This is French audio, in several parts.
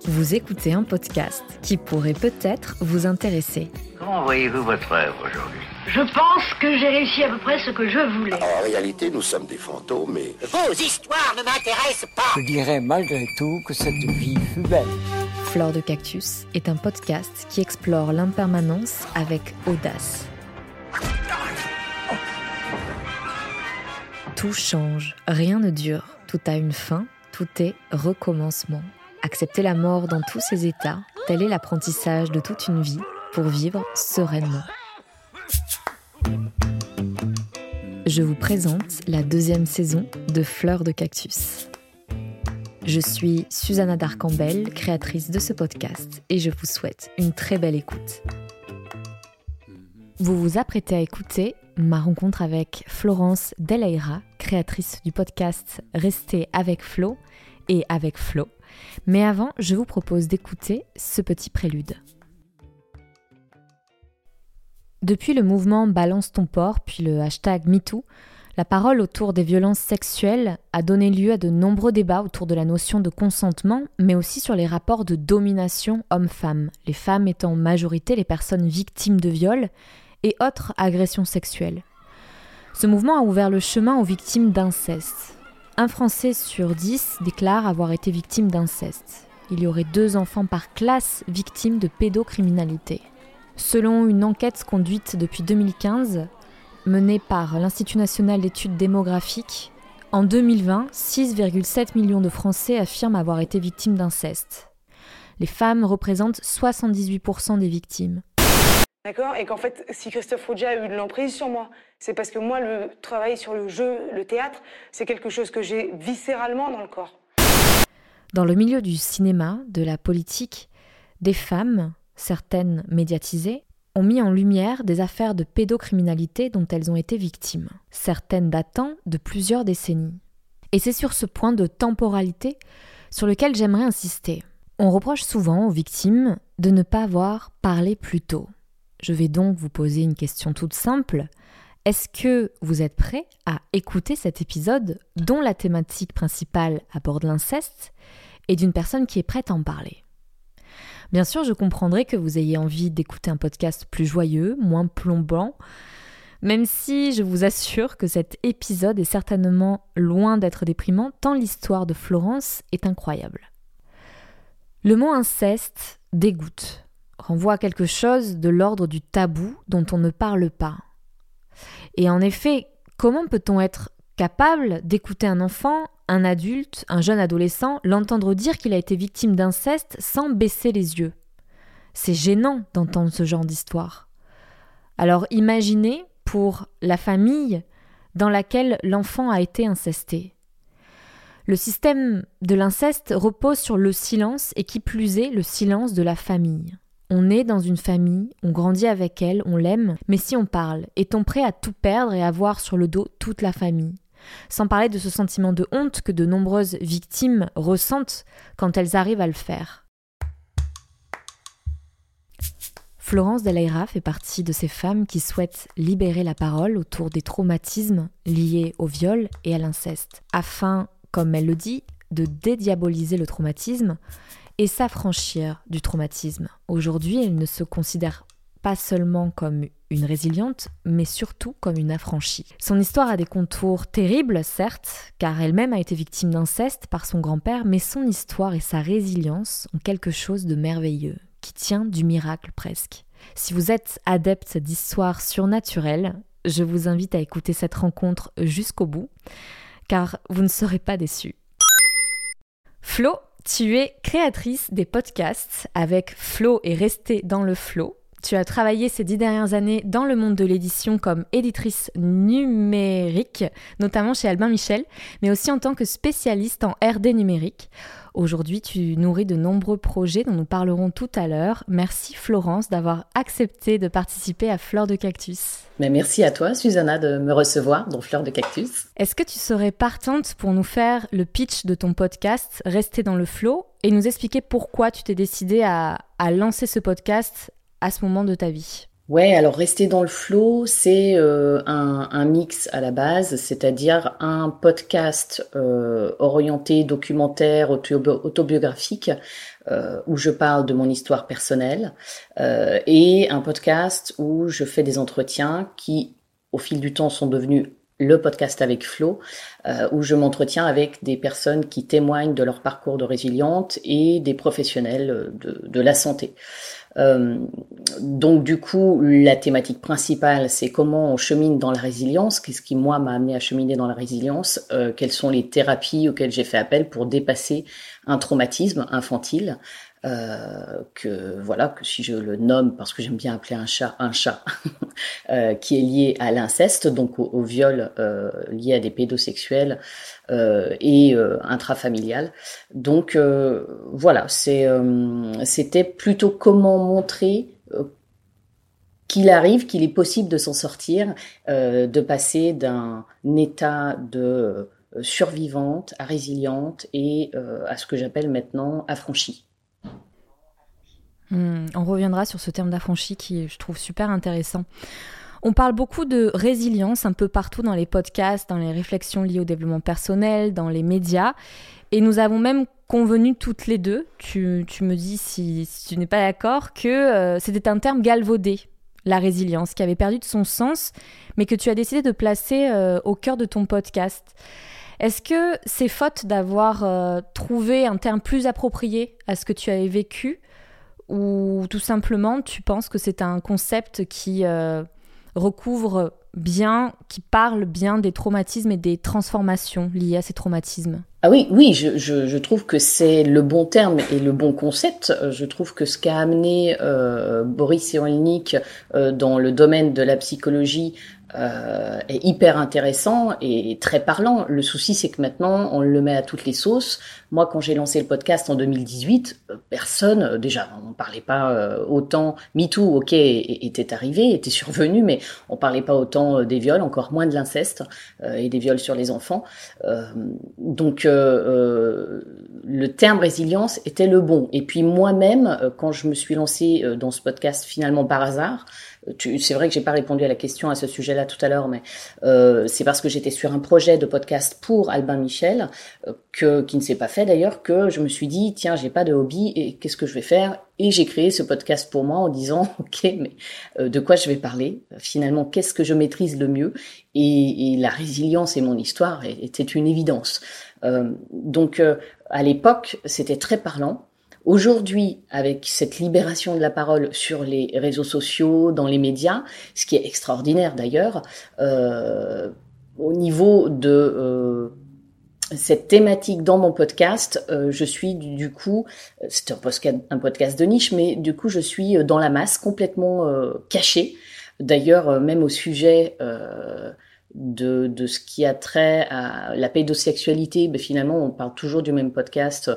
Vous écoutez un podcast qui pourrait peut-être vous intéresser. Comment voyez-vous votre œuvre aujourd'hui ? Je pense que j'ai réussi à peu près ce que je voulais. En réalité, nous sommes des fantômes, mais... Vos histoires ne m'intéressent pas. Je dirais malgré tout que cette vie fut belle. Fleur de Cactus est un podcast qui explore l'impermanence avec audace. Tout change, rien ne dure, tout a une fin, tout est recommencement. Accepter la mort dans tous ses états, tel est l'apprentissage de toute une vie pour vivre sereinement. Je vous présente la 2e saison de Fleur de Cactus. Je suis Susanna Darcambel, créatrice de ce podcast, et je vous souhaite une très belle écoute. Vous vous apprêtez à écouter ma rencontre avec Florence Delaïra, créatrice du podcast Restez avec Flo et avec Flo. Mais avant, je vous propose d'écouter ce petit prélude. Depuis le mouvement Balance ton porc, puis le hashtag MeToo, la parole autour des violences sexuelles a donné lieu à de nombreux débats autour de la notion de consentement, mais aussi sur les rapports de domination homme-femme, les femmes étant en majorité les personnes victimes de viols et autres agressions sexuelles. Ce mouvement a ouvert le chemin aux victimes d'inceste. Un Français sur 10 déclare avoir été victime d'inceste. Il y aurait 2 enfants par classe victimes de pédocriminalité. Selon une enquête conduite depuis 2015, menée par l'Institut national d'études démographiques, en 2020, 6,7 millions de Français affirment avoir été victimes d'inceste. Les femmes représentent 78% des victimes. D'accord ? Et qu'en fait, si Christophe Rouget a eu de l'emprise sur moi, c'est parce que moi, le travail sur le jeu, le théâtre, c'est quelque chose que j'ai viscéralement dans le corps. Dans le milieu du cinéma, de la politique, des femmes, certaines médiatisées, ont mis en lumière des affaires de pédocriminalité dont elles ont été victimes, certaines datant de plusieurs décennies. Et c'est sur ce point de temporalité sur lequel j'aimerais insister. On reproche souvent aux victimes de ne pas avoir parlé plus tôt. Je vais donc vous poser une question toute simple. Est-ce que vous êtes prêts à écouter cet épisode dont la thématique principale aborde l'inceste et d'une personne qui est prête à en parler ? Bien sûr, je comprendrai que vous ayez envie d'écouter un podcast plus joyeux, moins plombant, même si je vous assure que cet épisode est certainement loin d'être déprimant tant l'histoire de Florence est incroyable. Le mot inceste dégoûte, renvoie à quelque chose de l'ordre du tabou dont on ne parle pas. Et en effet, comment peut-on être capable d'écouter un enfant, un adulte, un jeune adolescent, l'entendre dire qu'il a été victime d'inceste sans baisser les yeux ? C'est gênant d'entendre ce genre d'histoire. Alors imaginez pour la famille dans laquelle l'enfant a été incesté. Le système de l'inceste repose sur le silence et qui plus est le silence de la famille. On est dans une famille, on grandit avec elle, on l'aime, mais si on parle, est-on prêt à tout perdre et avoir sur le dos toute la famille ? Sans parler de ce sentiment de honte que de nombreuses victimes ressentent quand elles arrivent à le faire. Florence Delaïra fait partie de ces femmes qui souhaitent libérer la parole autour des traumatismes liés au viol et à l'inceste, afin, comme elle le dit, de dédiaboliser le traumatisme et s'affranchir du traumatisme. Aujourd'hui, elle ne se considère pas seulement comme une résiliente, mais surtout comme une affranchie. Son histoire a des contours terribles, certes, car elle-même a été victime d'inceste par son grand-père, mais son histoire et sa résilience ont quelque chose de merveilleux, qui tient du miracle presque. Si vous êtes adepte d'histoires surnaturelles, je vous invite à écouter cette rencontre jusqu'au bout, car vous ne serez pas déçus. Flo, tu es créatrice des podcasts avec Flo et Restez dans le Flow. Tu as travaillé ces 10 dernières années dans le monde de l'édition comme éditrice numérique, notamment chez Albin Michel, mais aussi en tant que spécialiste en RD numérique. Aujourd'hui, tu nourris de nombreux projets dont nous parlerons tout à l'heure. Merci Florence d'avoir accepté de participer à Fleur de Cactus. Mais merci à toi, Susanna, de me recevoir dans Fleur de Cactus. Est-ce que tu serais partante pour nous faire le pitch de ton podcast Rester dans le flow et nous expliquer pourquoi tu t'es décidée à lancer ce podcast à ce moment de ta vie ? Ouais, alors rester dans le flow, c'est un mix à la base, c'est-à-dire un podcast orienté documentaire, autobiographique, où je parle de mon histoire personnelle, et un podcast où je fais des entretiens qui, au fil du temps, sont devenus le podcast avec Flo, où je m'entretiens avec des personnes qui témoignent de leur parcours de résiliente et des professionnels de la santé. Donc du coup, la thématique principale, c'est comment on chemine dans la résilience, qu'est-ce qui moi m'a amené à cheminer dans la résilience, quelles sont les thérapies auxquelles j'ai fait appel pour dépasser un traumatisme infantile, que si je le nomme, parce que j'aime bien appeler un chat, qui est lié à l'inceste, donc au viol lié à des pédosexuels et intrafamilial. Donc voilà, c'était plutôt comment montrer qu'il est possible de s'en sortir, de passer d'un état de survivante à résiliente et à ce que j'appelle maintenant affranchie. On reviendra sur ce terme d'affranchi qui je trouve super intéressant. On parle beaucoup de résilience un peu partout dans les podcasts, dans les réflexions liées au développement personnel, dans les médias. Et nous avons même convenu toutes les deux, tu me dis si tu n'es pas d'accord, que c'était un terme galvaudé, la résilience, qui avait perdu de son sens, mais que tu as décidé de placer au cœur de ton podcast. Est-ce que c'est faute d'avoir trouvé un terme plus approprié à ce que tu avais vécu, ou tout simplement tu penses que c'est un concept qui recouvre bien, qui parle bien des traumatismes et des transformations liées à ces traumatismes? Ah oui, je trouve que c'est le bon terme et le bon concept. Je trouve que ce qu'a amené Boris Cyrulnik dans le domaine de la psychologie est hyper intéressant et très parlant. Le souci, c'est que maintenant, on le met à toutes les sauces. Moi, quand j'ai lancé le podcast en 2018, personne, déjà, on ne parlait pas autant. MeToo, ok, était arrivé, était survenu, mais on parlait pas autant des viols, encore moins de l'inceste et des viols sur les enfants. Donc, le terme résilience était le bon. Et puis moi-même, quand je me suis lancée dans ce podcast finalement par hasard, c'est vrai que j'ai pas répondu à la question à ce sujet-là tout à l'heure, mais c'est parce que j'étais sur un projet de podcast pour Albin Michel, qui ne s'est pas fait d'ailleurs, que je me suis dit, tiens, j'ai pas de hobby et qu'est-ce que je vais faire? Et j'ai créé ce podcast pour moi en disant, ok, mais de quoi je vais parler? Finalement, qu'est-ce que je maîtrise le mieux? Et la résilience et mon histoire était une évidence. Donc, à l'époque, c'était très parlant. Aujourd'hui, avec cette libération de la parole sur les réseaux sociaux, dans les médias, ce qui est extraordinaire d'ailleurs, au niveau de cette thématique dans mon podcast, je suis du coup, c'est un podcast de niche, mais du coup je suis dans la masse, complètement cachée. D'ailleurs, même au sujet de ce qui a trait à la pédosexualité, ben finalement on parle toujours du même podcast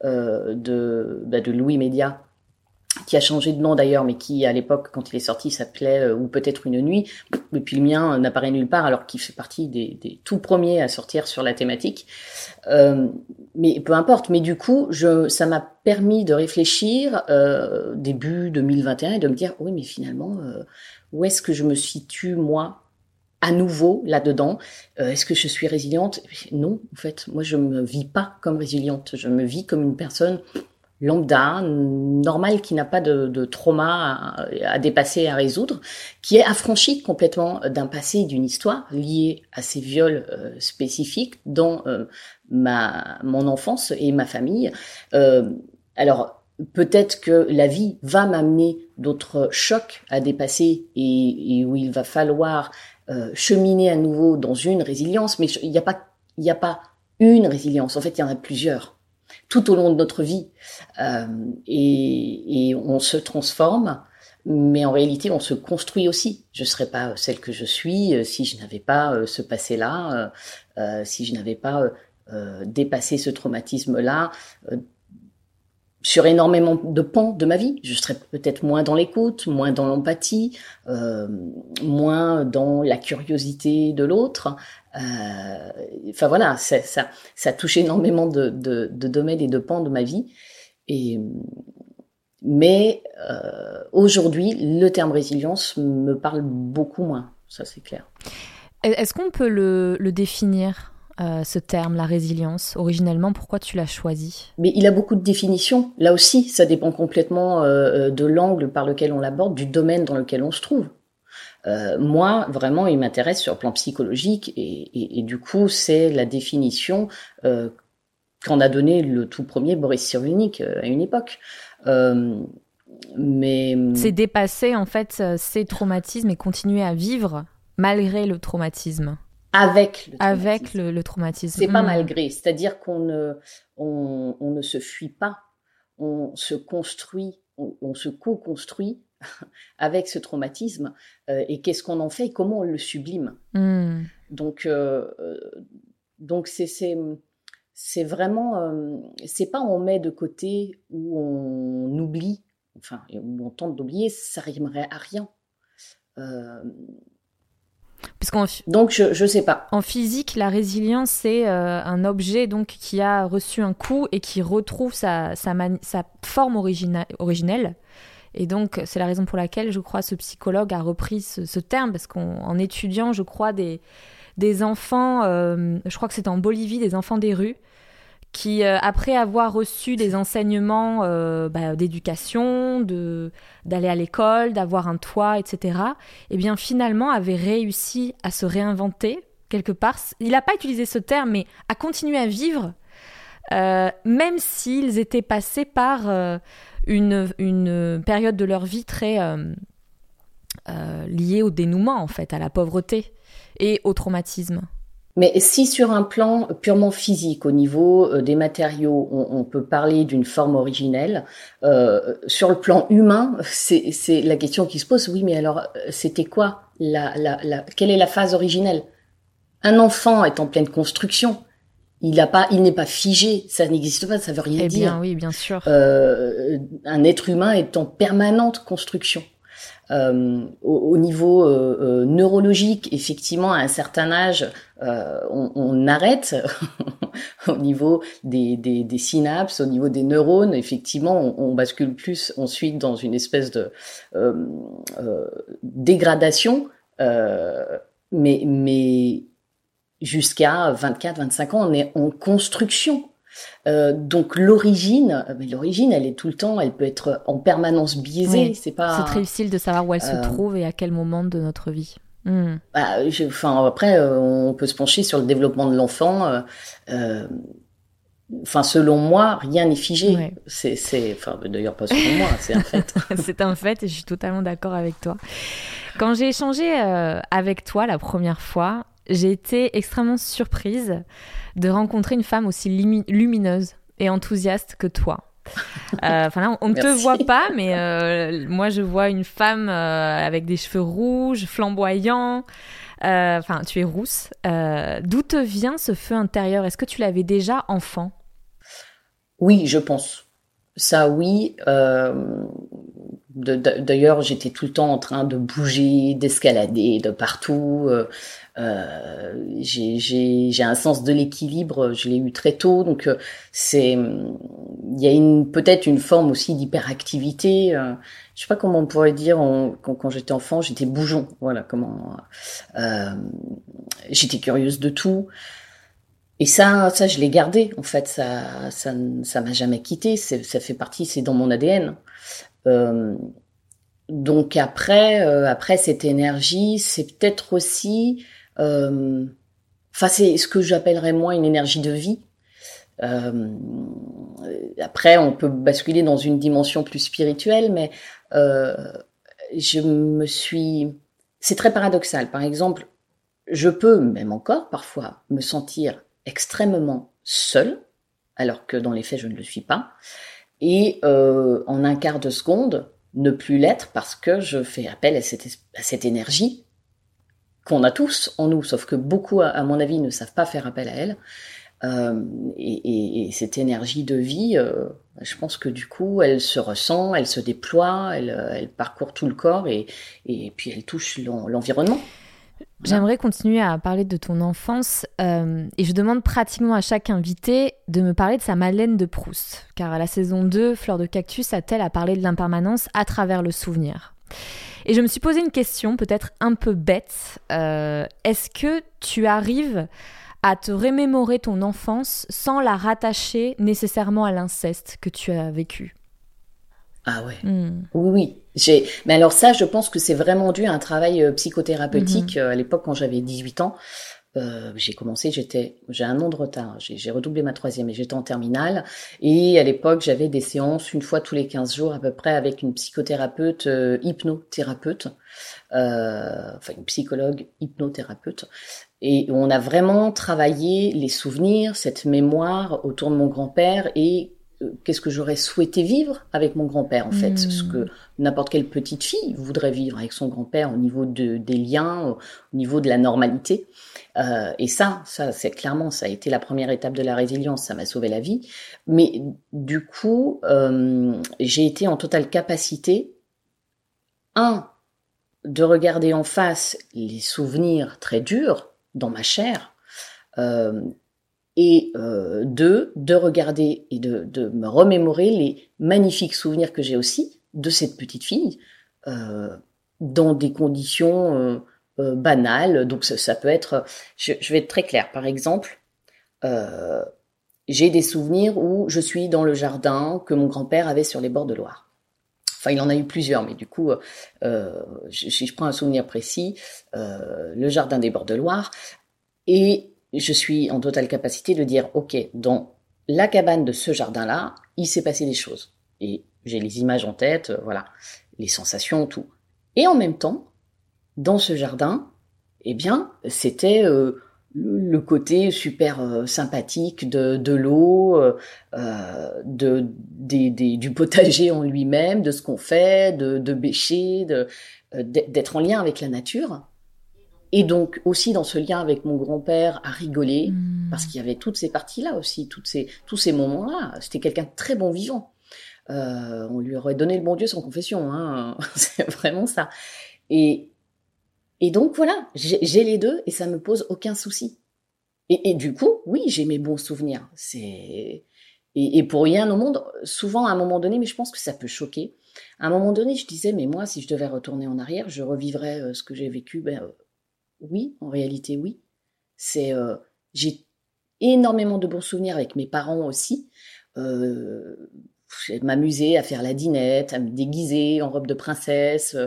de Louis Média, qui a changé de nom d'ailleurs, mais qui à l'époque quand il est sorti s'appelait Ou peut-être une nuit, et puis le mien n'apparaît nulle part alors qu'il fait partie des tout premiers à sortir sur la thématique, mais peu importe. Mais du coup ça m'a permis de réfléchir début 2021 et de me dire oui, mais finalement où est-ce que je me situe moi à nouveau là-dedans? Est-ce que je suis résiliente? Non, en fait, moi je me vis pas comme résiliente, je me vis comme une personne lambda, normale, qui n'a pas de trauma à dépasser, à résoudre, qui est affranchie complètement d'un passé et d'une histoire liée à ces viols spécifiques dans mon enfance et ma famille. Alors, peut-être que la vie va m'amener d'autres chocs à dépasser et où il va falloir cheminer à nouveau dans une résilience, mais il n'y a pas une résilience. En fait, il y en a plusieurs tout au long de notre vie, et on se transforme, mais en réalité, on se construit aussi. Je ne serais pas celle que je suis si je n'avais pas ce passé-là, si je n'avais pas dépassé ce traumatisme-là. Sur énormément de pans de ma vie, je serais peut-être moins dans l'écoute, moins dans l'empathie, moins dans la curiosité de l'autre. Enfin voilà, ça touche énormément de domaines et de pans de ma vie. Et Mais aujourd'hui, le terme résilience me parle beaucoup moins, ça c'est clair. Est-ce qu'on peut le définir, ce terme, la résilience, originellement? Pourquoi tu l'as choisi? Mais il a beaucoup de définitions. Là aussi, ça dépend complètement de l'angle par lequel on l'aborde, du domaine dans lequel on se trouve. Moi, vraiment, il m'intéresse sur le plan psychologique et du coup, c'est la définition qu'en a donné le tout premier Boris Cyrulnik à une époque. Mais c'est dépasser en fait ces traumatismes et continuer à vivre malgré le traumatisme. Avec le traumatisme. C'est pas malgré, c'est-à-dire qu'on ne se fuit pas, on se construit, on se co-construit avec ce traumatisme et qu'est-ce qu'on en fait et comment on le sublime. Donc c'est vraiment, c'est pas on met de côté ou on oublie, enfin, ou on tente d'oublier, ça rimerait à rien. Donc je sais pas. En physique, la résilience, c'est un objet donc qui a reçu un coup et qui retrouve sa forme originelle. Et donc, c'est la raison pour laquelle, je crois, ce psychologue a repris ce terme, parce qu'en étudiant, je crois, des enfants, je crois que c'était en Bolivie, des enfants des rues, qui, après avoir reçu des enseignements d'éducation, d'aller à l'école, d'avoir un toit, etc., eh bien, finalement, avaient réussi à se réinventer, quelque part. Il n'a pas utilisé ce terme, mais à continuer à vivre, même s'ils étaient passés par une période de leur vie très liée au dénouement, en fait, à la pauvreté et au traumatisme. Mais si sur un plan purement physique, au niveau des matériaux, on peut parler d'une forme originelle, sur le plan humain, c'est la question qui se pose. Oui, mais alors, c'était quoi quelle est la phase originelle? Un enfant est en pleine construction. Il n'est pas figé, ça n'existe pas, ça veut rien dire. Bien, oui, bien sûr. Un être humain est en permanente construction. Au niveau neurologique, effectivement, à un certain âge, on arrête. Au niveau des synapses, au niveau des neurones, effectivement, on bascule plus ensuite dans une espèce de dégradation. Mais jusqu'à 24-25 ans, on est en construction. Donc l'origine, elle est tout le temps, elle peut être en permanence biaisée. Oui, c'est très difficile de savoir où elle se trouve et à quel moment de notre vie. Après, on peut se pencher sur le développement de l'enfant. Selon moi, rien n'est figé. Ouais. D'ailleurs, pas selon moi, c'est un fait. C'est un fait et je suis totalement d'accord avec toi. Quand j'ai échangé avec toi la première fois, j'ai été extrêmement surprise de rencontrer une femme aussi lumineuse et enthousiaste que toi. Là, on ne te voit pas, mais moi, je vois une femme avec des cheveux rouges, flamboyants. Tu es rousse. D'où te vient ce feu intérieur? Est-ce que tu l'avais déjà enfant? Oui, je pense. Ça, oui. D'ailleurs, j'étais tout le temps en train de bouger, d'escalader de partout. J'ai un sens de l'équilibre, je l'ai eu très tôt, donc il y a peut-être une forme aussi d'hyperactivité. Je sais pas comment on pourrait dire. Quand j'étais enfant, j'étais bougeon. Voilà comment. J'étais curieuse de tout. Et ça, je l'ai gardé. En fait, ça m'a jamais quitté. Ça fait partie, c'est dans mon ADN. Donc après cette énergie, c'est peut-être aussi, c'est ce que j'appellerais moi une énergie de vie. Après, on peut basculer dans une dimension plus spirituelle, mais c'est très paradoxal. Par exemple, je peux même encore parfois me sentir extrêmement seule, alors que dans les faits je ne le suis pas. Et en un quart de seconde, ne plus l'être parce que je fais appel à cette énergie qu'on a tous en nous, sauf que beaucoup, à mon avis, ne savent pas faire appel à elle. Et cette énergie de vie, je pense que du coup, elle se ressent, elle se déploie, elle parcourt tout le corps et puis elle touche l'environnement. J'aimerais continuer à parler de ton enfance et je demande pratiquement à chaque invité de me parler de sa Madeleine de Proust. Car à la saison 2, Fleur de Cactus attelle à parler de l'impermanence à travers le souvenir. Et je me suis posé une question peut-être un peu bête. Est-ce que tu arrives à te remémorer ton enfance sans la rattacher nécessairement à l'inceste que tu as vécu ? Ah ouais. Oui. Mais alors ça, je pense que c'est vraiment dû à un travail psychothérapeutique. À l'époque, quand j'avais 18 ans, j'ai un an de retard. J'ai redoublé ma 3e et j'étais en terminale. Et à l'époque, j'avais des séances une fois tous les 15 jours à peu près avec une psychothérapeute hypnothérapeute, une psychologue hypnothérapeute. Et on a vraiment travaillé les souvenirs, cette mémoire autour de mon grand-père et qu'est-ce que j'aurais souhaité vivre avec mon grand-père, en fait. Ce que n'importe quelle petite fille voudrait vivre avec son grand-père au niveau des liens, au niveau de la normalité. Et ça, c'est clairement, ça a été la première étape de la résilience. Ça m'a sauvé la vie. Mais du coup, j'ai été en totale capacité, de regarder en face les souvenirs très durs dans ma chair, et de regarder et de me remémorer les magnifiques souvenirs que j'ai aussi de cette petite fille dans des conditions banales. Donc ça peut être, je vais être très claire, par exemple, j'ai des souvenirs où je suis dans le jardin que mon grand-père avait sur les bords de Loire. Enfin, il en a eu plusieurs, mais du coup, si je prends un souvenir précis, le jardin des bords de Loire, et je suis en totale capacité de dire, ok, dans la cabane de ce jardin-là, il s'est passé des choses. Et j'ai les images en tête, voilà, les sensations, tout. Et en même temps, dans ce jardin, eh bien, c'était le côté super sympathique de l'eau, du potager en lui-même, de ce qu'on fait, de bêcher, d'être en lien avec la nature. Et donc aussi dans ce lien avec mon grand-père à rigoler, parce qu'il y avait toutes ces parties-là aussi, tous ces moments-là. C'était quelqu'un de très bon vivant. On lui aurait donné le bon Dieu sans confession, hein. C'est vraiment ça. Et donc voilà, j'ai les deux et ça me pose aucun souci. Et du coup, oui, j'ai mes bons souvenirs. Et pour rien au monde, souvent à un moment donné, mais je pense que ça peut choquer. À un moment donné, je disais, mais moi, si je devais retourner en arrière, je revivrais ce que j'ai vécu. Oui, en réalité, oui. J'ai énormément de bons souvenirs avec mes parents aussi. M'amuser à faire la dinette, à me déguiser en robe de princesse.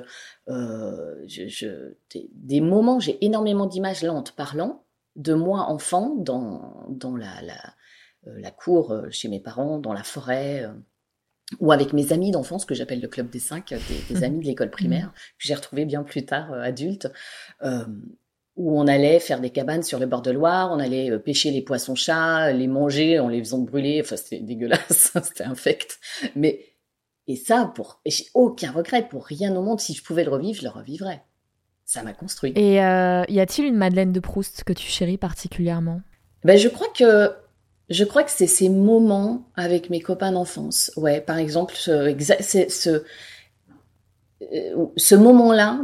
Des moments, j'ai énormément d'images lentes parlant de moi enfant dans la cour chez mes parents, dans la forêt, ou avec mes amis d'enfance que j'appelle le club des 5, des amis de l'école primaire que j'ai retrouvés bien plus tard adulte, où on allait faire des cabanes sur le bord de Loire, on allait pêcher les poissons-chats, les manger en les faisant brûler, enfin c'était dégueulasse, c'était infect, et ça, j'ai aucun regret, pour rien au monde, si je pouvais le revivre, je le revivrais. Ça m'a construit. Et y a-t-il une Madeleine de Proust que tu chéris particulièrement ? Je crois que c'est ces moments avec mes copains d'enfance. Ouais, par exemple, ce moment-là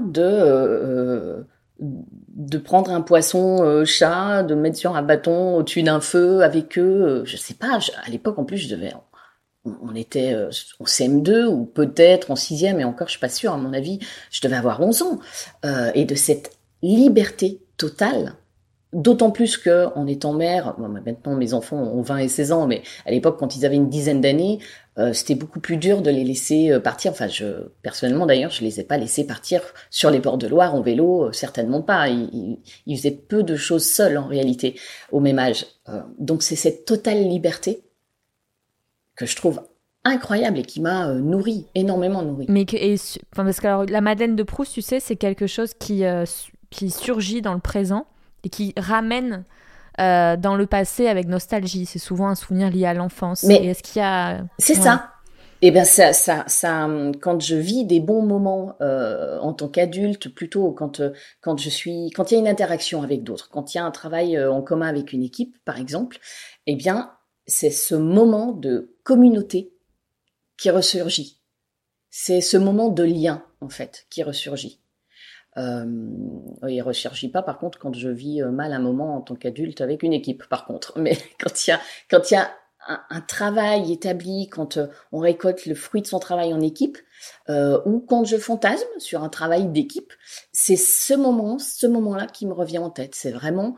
de prendre un poisson chat, de me mettre sur un bâton au-dessus d'un feu avec eux. Je sais pas, à l'époque en plus, on était en CM2 ou peut-être en 6e, et encore je suis pas sûre, à mon avis, je devais avoir 11 ans. Et de cette liberté totale, d'autant plus que en étant mère, maintenant mes enfants ont 20 et 16 ans, mais à l'époque quand ils avaient une dizaine d'années, c'était beaucoup plus dur de les laisser partir. Enfin, personnellement d'ailleurs, je les ai pas laissés partir sur les bords de Loire en vélo, certainement pas. Ils faisaient peu de choses seuls en réalité au même âge. Donc c'est cette totale liberté que je trouve incroyable et qui m'a énormément nourrie. Parce que alors, la Madeleine de Proust, tu sais, c'est quelque chose qui surgit dans le présent et qui ramène dans le passé avec nostalgie. C'est souvent un souvenir lié à l'enfance. Mais et est-ce qu'il y a... C'est ça. Et bien ça, quand je vis des bons moments en tant qu'adulte, plutôt quand il y a une interaction avec d'autres, quand il y a un travail en commun avec une équipe, par exemple, eh bien c'est ce moment de communauté qui ressurgit. C'est ce moment de lien, en fait, qui ressurgit. Il ne ressurgit pas, par contre, quand je vis mal un moment en tant qu'adulte avec une équipe, par contre. Mais quand il y a un travail établi, quand on récolte le fruit de son travail en équipe, ou quand je fantasme sur un travail d'équipe, c'est ce moment-là qui me revient en tête. C'est vraiment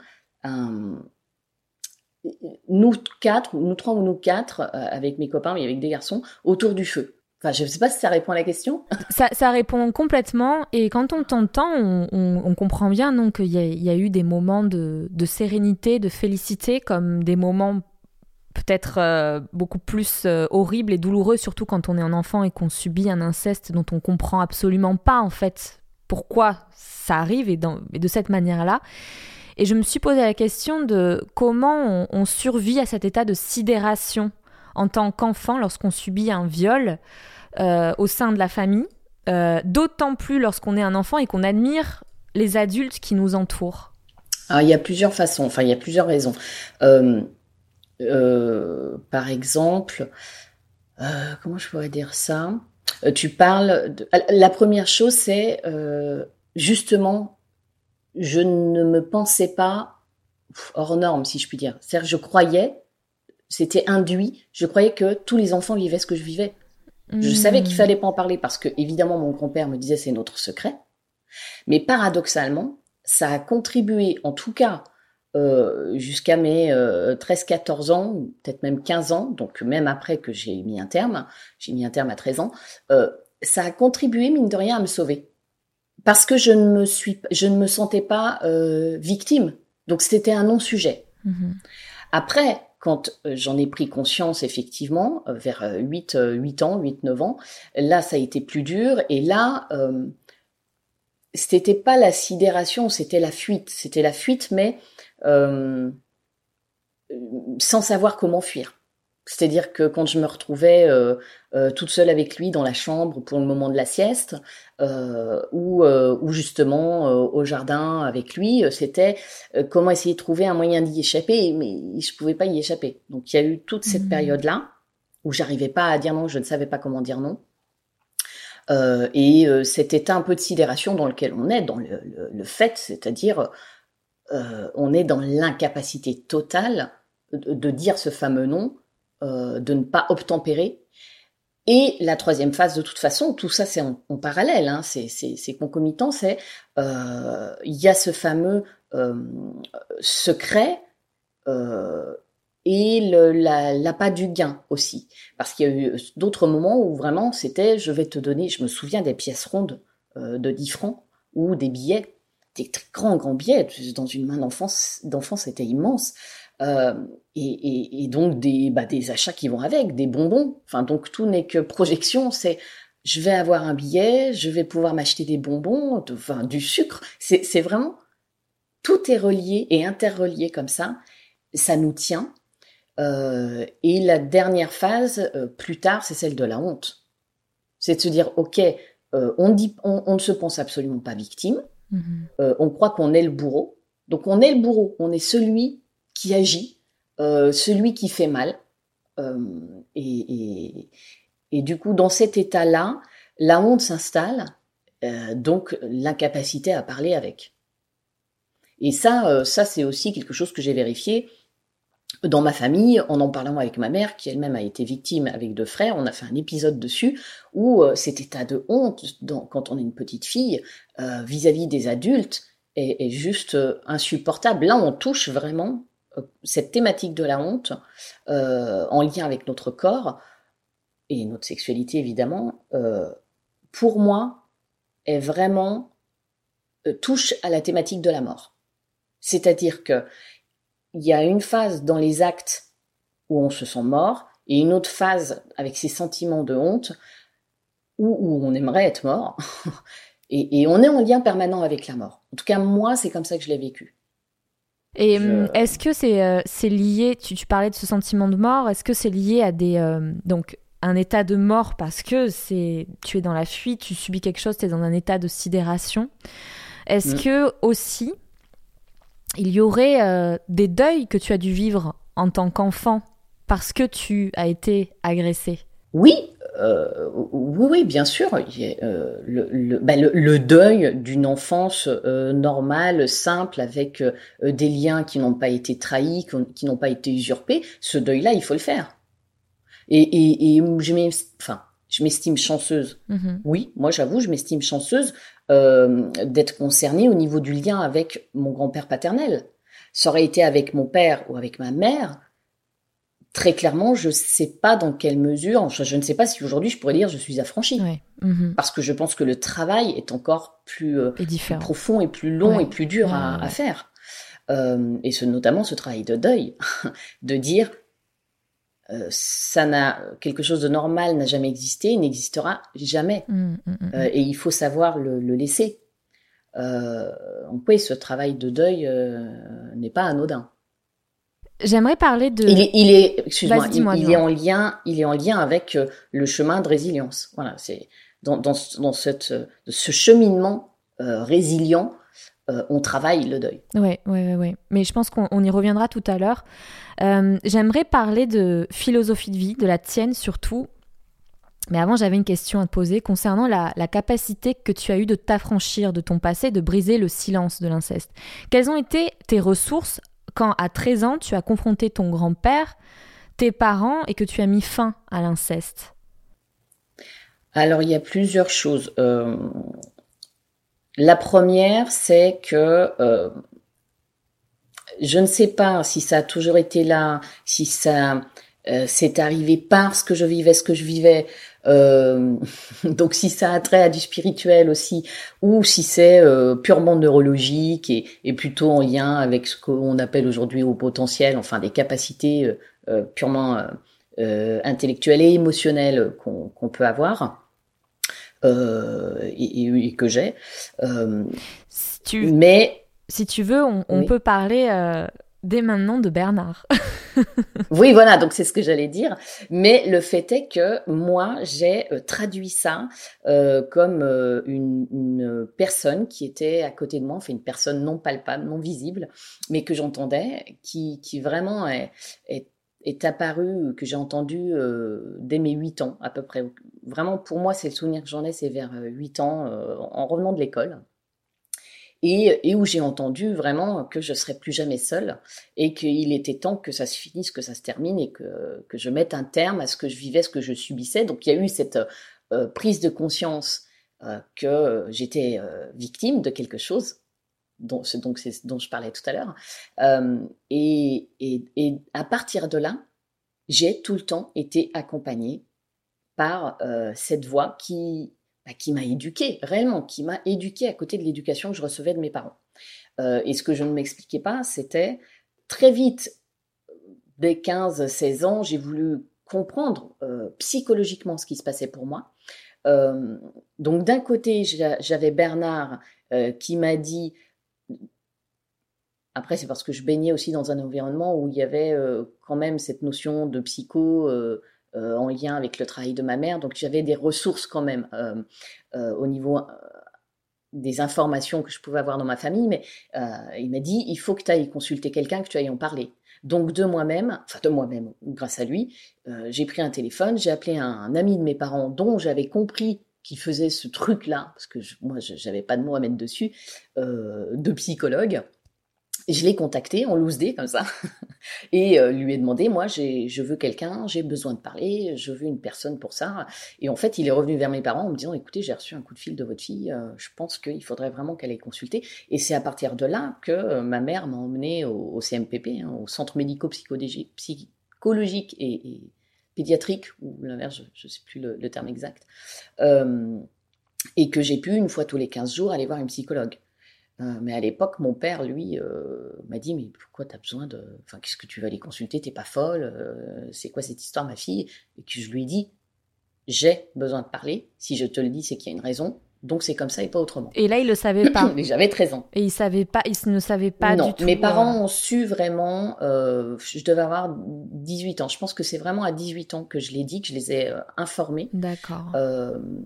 nous trois ou nous quatre, avec mes copains, mais avec des garçons, autour du feu. Enfin, je ne sais pas si ça répond à la question. Ça répond complètement. Et quand on t'entend, on comprend bien donc, qu'il y a eu des moments de sérénité, de félicité, comme des moments peut-être beaucoup plus horribles et douloureux, surtout quand on est un enfant et qu'on subit un inceste dont on comprend absolument pas, en fait, pourquoi ça arrive et de cette manière-là. Et je me suis posé la question de comment on survit à cet état de sidération en tant qu'enfant lorsqu'on subit un viol au sein de la famille, d'autant plus lorsqu'on est un enfant et qu'on admire les adultes qui nous entourent. Alors, il y a plusieurs façons, enfin il y a plusieurs raisons. Par exemple, comment je pourrais dire ça ? Tu parles la première chose, c'est justement, je ne me pensais pas hors norme, si je puis dire. C'est-à-dire, je croyais, c'était induit, je croyais que tous les enfants vivaient ce que je vivais. Je savais qu'il fallait pas en parler parce que, évidemment, mon grand-père me disait c'est notre secret. Mais paradoxalement, ça a contribué, en tout cas, jusqu'à mes 13-14 ans, ou peut-être même 15 ans, donc même après que j'ai mis un terme à 13 ans, ça a contribué, mine de rien, à me sauver. Parce que je ne me sentais pas victime. Donc c'était un non-sujet. Après, quand j'en ai pris conscience, effectivement, vers 8-9 ans, là, ça a été plus dur. Et là, c'était pas la sidération, c'était la fuite. C'était la fuite, mais sans savoir comment fuir. C'est-à-dire que quand je me retrouvais toute seule avec lui dans la chambre pour le moment de la sieste, ou justement au jardin avec lui, c'était comment essayer de trouver un moyen d'y échapper, mais je pouvais pas y échapper. Donc il y a eu toute cette période-là où j'arrivais pas à dire non, je ne savais pas comment dire non. Et cet état un peu de sidération dans lequel on est, dans le fait, c'est-à-dire on est dans l'incapacité totale de dire ce fameux non, de ne pas obtempérer. Et la troisième phase, de toute façon, tout ça c'est en parallèle, hein, c'est concomitant, c'est il y a ce fameux secret et l'appât du gain aussi. Parce qu'il y a eu d'autres moments où vraiment c'était, je vais te donner, je me souviens des pièces rondes de 10 francs ou des billets, des très grands billets, dans une main d'enfant c'était immense. Et donc des achats qui vont avec, des bonbons. Enfin, donc tout n'est que projection. C'est je vais avoir un billet, je vais pouvoir m'acheter des bonbons, du sucre. C'est vraiment tout est relié et interrelié comme ça. Ça nous tient. Et la dernière phase, plus tard, c'est celle de la honte. C'est de se dire ok, on ne se pense absolument pas victime. On croit qu'on est le bourreau. Donc on est le bourreau. On est celui qui agit, celui qui fait mal. Et du coup, dans cet état-là, la honte s'installe, donc l'incapacité à parler avec. Et ça c'est aussi quelque chose que j'ai vérifié dans ma famille, en parlant avec ma mère, qui elle-même a été victime avec 2 frères. On a fait un épisode dessus, où cet état de honte, quand on est une petite fille, vis-à-vis des adultes, est juste insupportable. Là, on touche vraiment cette thématique de la honte en lien avec notre corps et notre sexualité évidemment, pour moi, est vraiment touche à la thématique de la mort. C'est-à-dire que il y a une phase dans les actes où on se sent mort et une autre phase avec ces sentiments de honte où on aimerait être mort et on est en lien permanent avec la mort. En tout cas, moi, c'est comme ça que je l'ai vécu. Et est-ce que c'est lié, tu parlais de ce sentiment de mort, est-ce que c'est lié à donc un état de mort parce que tu es dans la fuite, tu subis quelque chose, tu es dans un état de sidération. Est-ce que aussi, il y aurait des deuils que tu as dû vivre en tant qu'enfant parce que tu as été agressé ? Oui, oui, bien sûr. Le deuil d'une enfance normale, simple, avec des liens qui n'ont pas été trahis, qui n'ont pas été usurpés, ce deuil-là, il faut le faire. Et je m'estime chanceuse. Mhm. Oui, moi j'avoue, je m'estime chanceuse d'être concernée au niveau du lien avec mon grand-père paternel. Ça aurait été avec mon père ou avec ma mère. Très clairement, je ne sais pas dans quelle mesure, enfin, je ne sais pas si aujourd'hui je pourrais dire je suis affranchie. Ouais. Mhm. Parce que je pense que le travail est encore plus différent. profond et plus long Ouais. et plus dur à faire. Et notamment ce travail de deuil, de dire quelque chose de normal n'a jamais existé, il n'existera jamais. Et il faut savoir le laisser. Donc oui, ce travail de deuil n'est pas anodin. J'aimerais parler de... Excuse-moi, Vas-y, dis-moi, il est en lien avec le chemin de résilience. Voilà, c'est dans ce cheminement résilient, on travaille le deuil. Ouais. Mais je pense qu'on y reviendra tout à l'heure. J'aimerais parler de philosophie de vie, de la tienne surtout. Mais avant, j'avais une question à te poser concernant la capacité que tu as eue de t'affranchir de ton passé, de briser le silence de l'inceste. Quelles ont été tes ressources quand, à 13 ans, tu as confronté ton grand-père, tes parents et que tu as mis fin à l'inceste? Alors, il y a plusieurs choses. La première, c'est que je ne sais pas si ça a toujours été là, si ça c'est arrivé parce que je vivais ce que je vivais, donc si ça a trait à du spirituel aussi, ou si c'est purement neurologique et plutôt en lien avec ce qu'on appelle aujourd'hui haut potentiel, enfin des capacités purement intellectuelles et émotionnelles qu'on peut avoir. Et que j'ai. Si tu veux, on peut parler dès maintenant de Bernard. Oui, voilà, donc c'est ce que j'allais dire. Mais le fait est que moi, j'ai traduit ça comme une personne qui était à côté de moi, enfin une personne non palpable, non visible, mais que j'entendais, qui vraiment est apparu, que j'ai entendu dès mes 8 ans à peu près. Vraiment, pour moi, c'est le souvenir que j'en ai, c'est vers 8 ans, en revenant de l'école. Et où j'ai entendu vraiment que je serais plus jamais seule et qu'il était temps que ça se finisse, que ça se termine et que je mette un terme à ce que je vivais, ce que je subissais. Donc il y a eu cette prise de conscience que j'étais victime de quelque chose, c'est dont je parlais tout à l'heure. Et à partir de là, j'ai tout le temps été accompagnée par cette voix qui m'a éduquée, réellement, qui m'a éduquée à côté de l'éducation que je recevais de mes parents. Et ce que je ne m'expliquais pas, c'était très vite, dès 15-16 ans, j'ai voulu comprendre psychologiquement ce qui se passait pour moi. Donc d'un côté, j'avais Bernard qui m'a dit... Après, c'est parce que je baignais aussi dans un environnement où il y avait quand même cette notion de psycho... en lien avec le travail de ma mère, donc j'avais des ressources quand même au niveau des informations que je pouvais avoir dans ma famille, mais il m'a dit, il faut que tu ailles consulter quelqu'un, que tu ailles en parler. Donc de moi-même, grâce à lui, j'ai pris un téléphone, j'ai appelé un ami de mes parents dont j'avais compris qu'il faisait ce truc-là, parce que moi, je n'avais pas de mots à mettre dessus, de psychologue. Je l'ai contacté en loose day comme ça et lui ai demandé, moi je veux quelqu'un, j'ai besoin de parler, je veux une personne pour ça. Et en fait, il est revenu vers mes parents en me disant, écoutez, j'ai reçu un coup de fil de votre fille, je pense qu'il faudrait vraiment qu'elle aille consulter. Et c'est à partir de là que ma mère m'a emmenée au CMPP, au Centre médico-psychologique et pédiatrique, ou l'inverse, je ne sais plus le terme exact, et que j'ai pu, une fois tous les 15 jours, aller voir une psychologue. Mais à l'époque, mon père, lui, m'a dit, mais pourquoi t'as besoin de... Enfin, qu'est-ce que tu vas aller consulter? T'es pas folle? C'est quoi cette histoire, ma fille? Et que je lui ai dit, j'ai besoin de parler. Si je te le dis, c'est qu'il y a une raison. Donc c'est comme ça et pas autrement. Et là, il le savait pas. Mais j'avais 13 ans. Et il ne savait pas non, du tout. Mes parents ont su vraiment... je devais avoir 18 ans. Je pense que c'est vraiment à 18 ans que je l'ai dit, que je les ai informés. D'accord.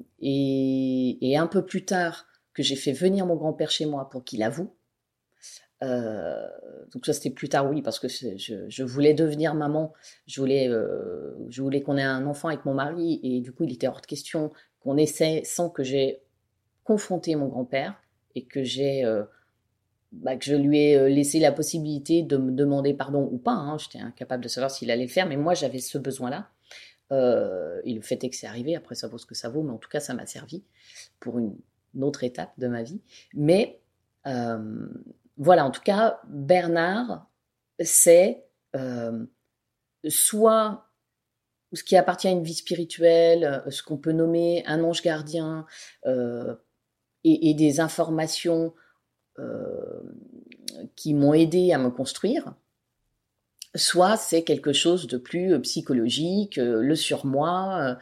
Et un peu plus tard, que j'ai fait venir mon grand-père chez moi pour qu'il avoue. Donc ça c'était plus tard, oui, parce que je voulais devenir maman, je voulais qu'on ait un enfant avec mon mari, et du coup il était hors de question qu'on essaie sans que j'ai confronté mon grand-père et que que je lui ai laissé la possibilité de me demander pardon ou pas, hein. J'étais incapable de savoir s'il allait le faire, mais moi j'avais ce besoin-là. Et le fait est que c'est arrivé, après ça vaut ce que ça vaut, mais en tout cas ça m'a servi pour une autre étape de ma vie. Mais voilà, en tout cas, Bernard, c'est soit ce qui appartient à une vie spirituelle, ce qu'on peut nommer un ange gardien, et des informations qui m'ont aidé à me construire, soit c'est quelque chose de plus psychologique, le surmoi.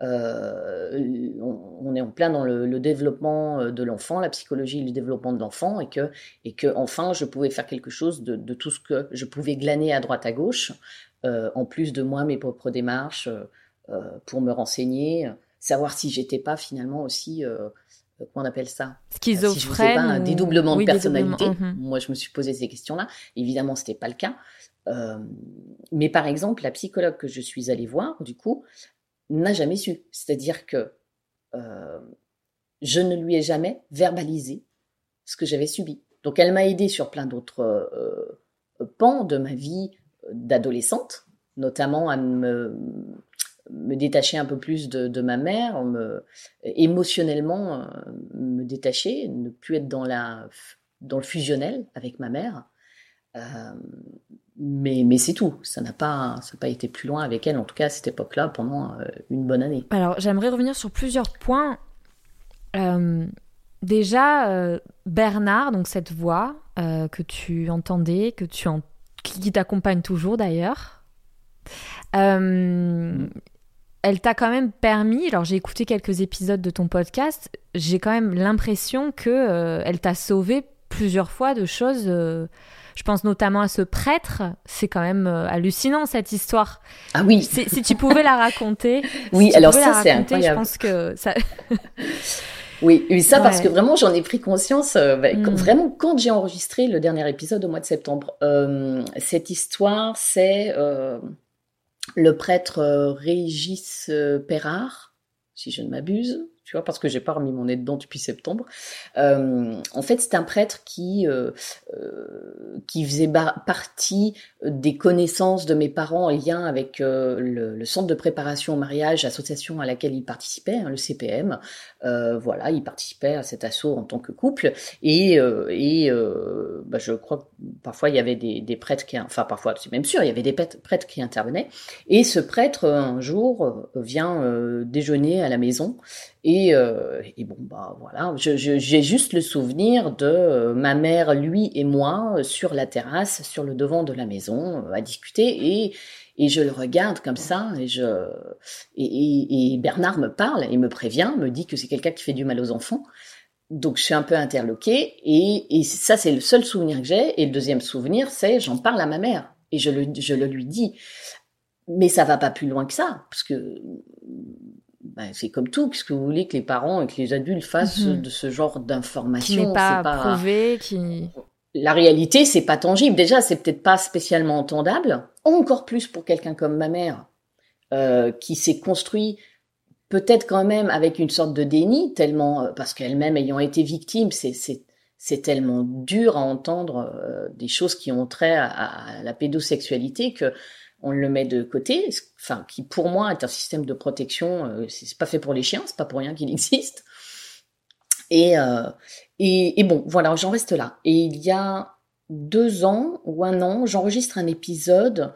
On est en plein dans le développement de l'enfant, la psychologie, le développement de l'enfant, et que enfin je pouvais faire quelque chose de tout ce que je pouvais glaner à droite à gauche, en plus de moi mes propres démarches, pour me renseigner, savoir si j'étais pas finalement aussi comment on appelle ça, schizophrène, si je faisais pas un dédoublement de personnalité. Dédoublement. Moi je me suis posé ces questions-là, évidemment c'était pas le cas. Mais par exemple, la psychologue que je suis allée voir, du coup, n'a jamais su. C'est-à-dire que je ne lui ai jamais verbalisé ce que j'avais subi. Donc, elle m'a aidée sur plein d'autres pans de ma vie d'adolescente, notamment à me détacher un peu plus de ma mère, émotionnellement me détacher, ne plus être dans le fusionnel avec ma mère. Mais c'est tout, ça n'a pas été plus loin avec elle, en tout cas à cette époque-là, pendant une bonne année. Alors j'aimerais revenir sur plusieurs points. Déjà, Bernard, donc cette voix que tu entendais, qui t'accompagne toujours d'ailleurs, elle t'a quand même permis, alors j'ai écouté quelques épisodes de ton podcast, j'ai quand même l'impression que elle t'a sauvé plusieurs fois de choses. Je pense notamment à ce prêtre. C'est quand même hallucinant cette histoire. Ah oui. Si tu pouvais la raconter. Oui, alors ça c'est incroyable. Je pense que ça. Oui, ça ouais. Parce que vraiment j'en ai pris conscience. Vraiment quand j'ai enregistré le dernier épisode au mois de septembre, cette histoire c'est le prêtre Régis Perrard, si je ne m'abuse. Tu vois, parce que j'ai pas remis mon nez dedans depuis septembre. En fait, c'est un prêtre qui faisait partie des connaissances de mes parents en lien avec le centre de préparation au mariage, association à laquelle il participait, hein, le CPM. Voilà, il participait à cet assaut en tant que couple. Et je crois que parfois il y avait des prêtres parfois, c'est même sûr, il y avait des prêtres qui intervenaient. Et ce prêtre, un jour, vient déjeuner à la maison. Et bon, voilà, j'ai juste le souvenir de ma mère, lui et moi sur la terrasse, sur le devant de la maison, à discuter, et je le regarde comme ça, et Bernard me parle et me prévient, me dit que c'est quelqu'un qui fait du mal aux enfants. Donc je suis un peu interloquée, et ça c'est le seul souvenir que j'ai. Et le deuxième souvenir, c'est j'en parle à ma mère et je le lui dis. Mais ça va pas plus loin que ça, parce que c'est comme tout, qu'est-ce que vous voulez que les parents et que les adultes fassent de ce genre d'informations? Qui n'est pas prouvé, La réalité, c'est pas tangible. Déjà, c'est peut-être pas spécialement entendable. Encore plus pour quelqu'un comme ma mère, qui s'est construit peut-être quand même avec une sorte de déni, tellement parce qu'elle-même ayant été victime, c'est tellement dur à entendre des choses qui ont trait à la pédosexualité que on le met de côté, qui pour moi est un système de protection, c'est pas fait pour les chiens, c'est pas pour rien qu'il existe. Et bon, voilà, j'en reste là. Et il y a 2 ans ou 1 an, j'enregistre un épisode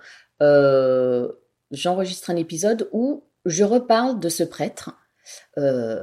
où je reparle de ce prêtre. Pourquoi ?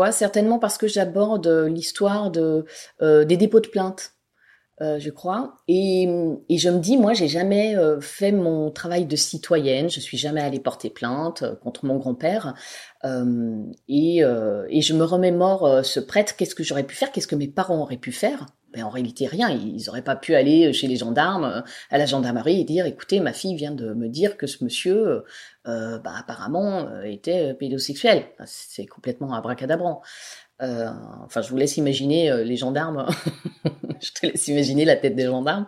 Certainement parce que j'aborde l'histoire des dépôts de plainte. Je crois, et je me dis, moi, j'ai jamais fait mon travail de citoyenne, je suis jamais allée porter plainte contre mon grand-père, et je me remémore ce prêtre, qu'est-ce que j'aurais pu faire, qu'est-ce que mes parents auraient pu faire ? Ben, en réalité, rien, ils auraient pas pu aller chez les gendarmes, à la gendarmerie, et dire, écoutez, ma fille vient de me dire que ce monsieur, apparemment, était pédosexuel. C'est complètement abracadabrant. Enfin, je vous laisse imaginer les gendarmes. Je te laisse imaginer la tête des gendarmes.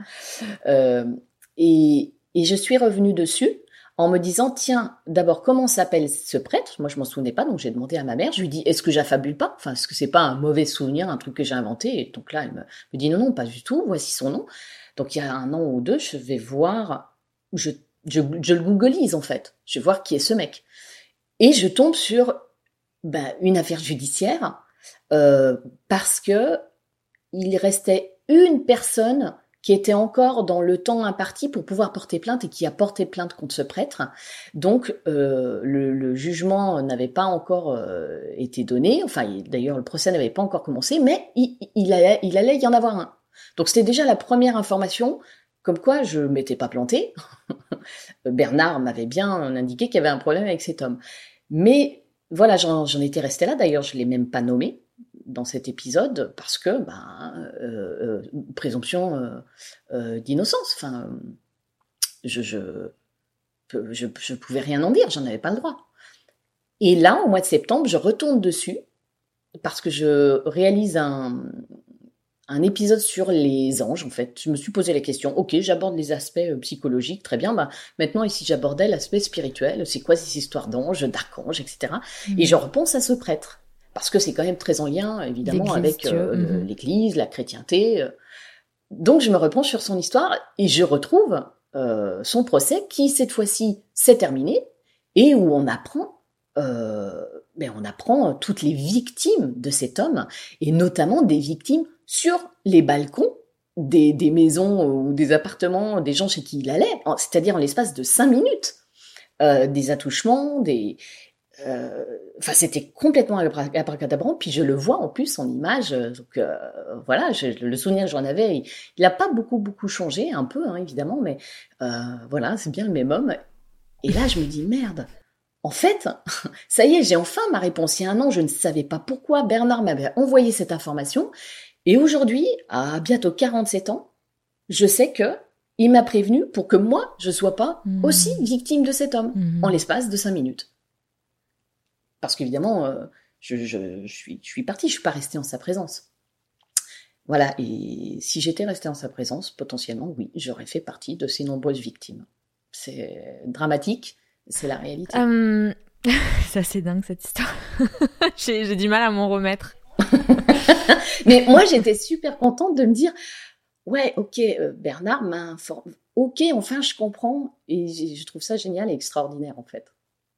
Et je suis revenue dessus en me disant, tiens, d'abord, comment s'appelle ce prêtre? Moi, je m'en souvenais pas, donc j'ai demandé à ma mère. Je lui dis, est-ce que j'affabule pas? Enfin, est-ce que c'est pas un mauvais souvenir, un truc que j'ai inventé? Et donc là, elle me dit, non, pas du tout, voici son nom. Donc il y a 1 an ou 2, je vais voir, je le googleise en fait. Je vais voir qui est ce mec. Et je tombe sur une affaire judiciaire parce que il restait une personne qui était encore dans le temps imparti pour pouvoir porter plainte et qui a porté plainte contre ce prêtre. Donc le jugement n'avait pas encore été donné. Enfin, d'ailleurs, le procès n'avait pas encore commencé, mais il allait y en avoir un. Donc c'était déjà la première information, comme quoi je m'étais pas plantée. Bernard m'avait bien indiqué qu'il y avait un problème avec cet homme. Mais voilà, j'en étais restée là. D'ailleurs, je l'ai même pas nommé dans cet épisode parce que présomption d'innocence. Enfin, je pouvais rien en dire, j'en avais pas le droit. Et là, au mois de septembre, je retourne dessus parce que je réalise un épisode sur les anges, en fait. Je me suis posé la question, ok, j'aborde les aspects psychologiques, très bien, maintenant, ici, j'abordais l'aspect spirituel, c'est quoi ces histoires d'anges, d'archanges, etc. Et je repense à ce prêtre, parce que c'est quand même très en lien, évidemment, avec l'Église, la chrétienté. Donc, je me repenche sur son histoire, et je retrouve son procès, qui, cette fois-ci, s'est terminé, et où on apprend toutes les victimes de cet homme, et notamment des victimes sur les balcons des maisons ou des appartements des gens chez qui il allait, c'est-à-dire en l'espace de 5 minutes. Des attouchements, c'était complètement abracadabrant, puis je le vois en plus en image, donc voilà, le souvenir que j'en avais, il n'a pas beaucoup changé, un peu, hein, évidemment, mais voilà, c'est bien le même homme. Et là, je me dis, merde, en fait, ça y est, j'ai enfin ma réponse. Il y a 1 an, je ne savais pas pourquoi Bernard m'avait envoyé cette information. Et aujourd'hui, à bientôt 47 ans, je sais que il m'a prévenu pour que moi, je sois pas aussi victime de cet homme en l'espace de 5 minutes. Parce qu'évidemment, je suis partie, je suis pas restée en sa présence. Voilà, et si j'étais restée en sa présence, potentiellement, oui, j'aurais fait partie de ces nombreuses victimes. C'est dramatique, c'est la réalité. C'est assez dingue cette histoire. J'ai du mal à m'en remettre. Mais moi, j'étais super contente de me dire, ouais, ok, Bernard m'a informé. Ok, enfin, je comprends. Et je trouve ça génial et extraordinaire, en fait.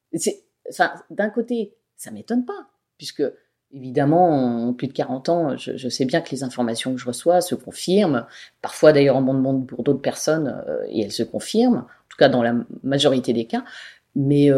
D'un côté, ça m'étonne pas, puisque, évidemment, en plus de 40 ans, je sais bien que les informations que je reçois se confirment. Parfois, d'ailleurs, en bon monde pour d'autres personnes, et elles se confirment. En tout cas, dans la majorité des cas. Mais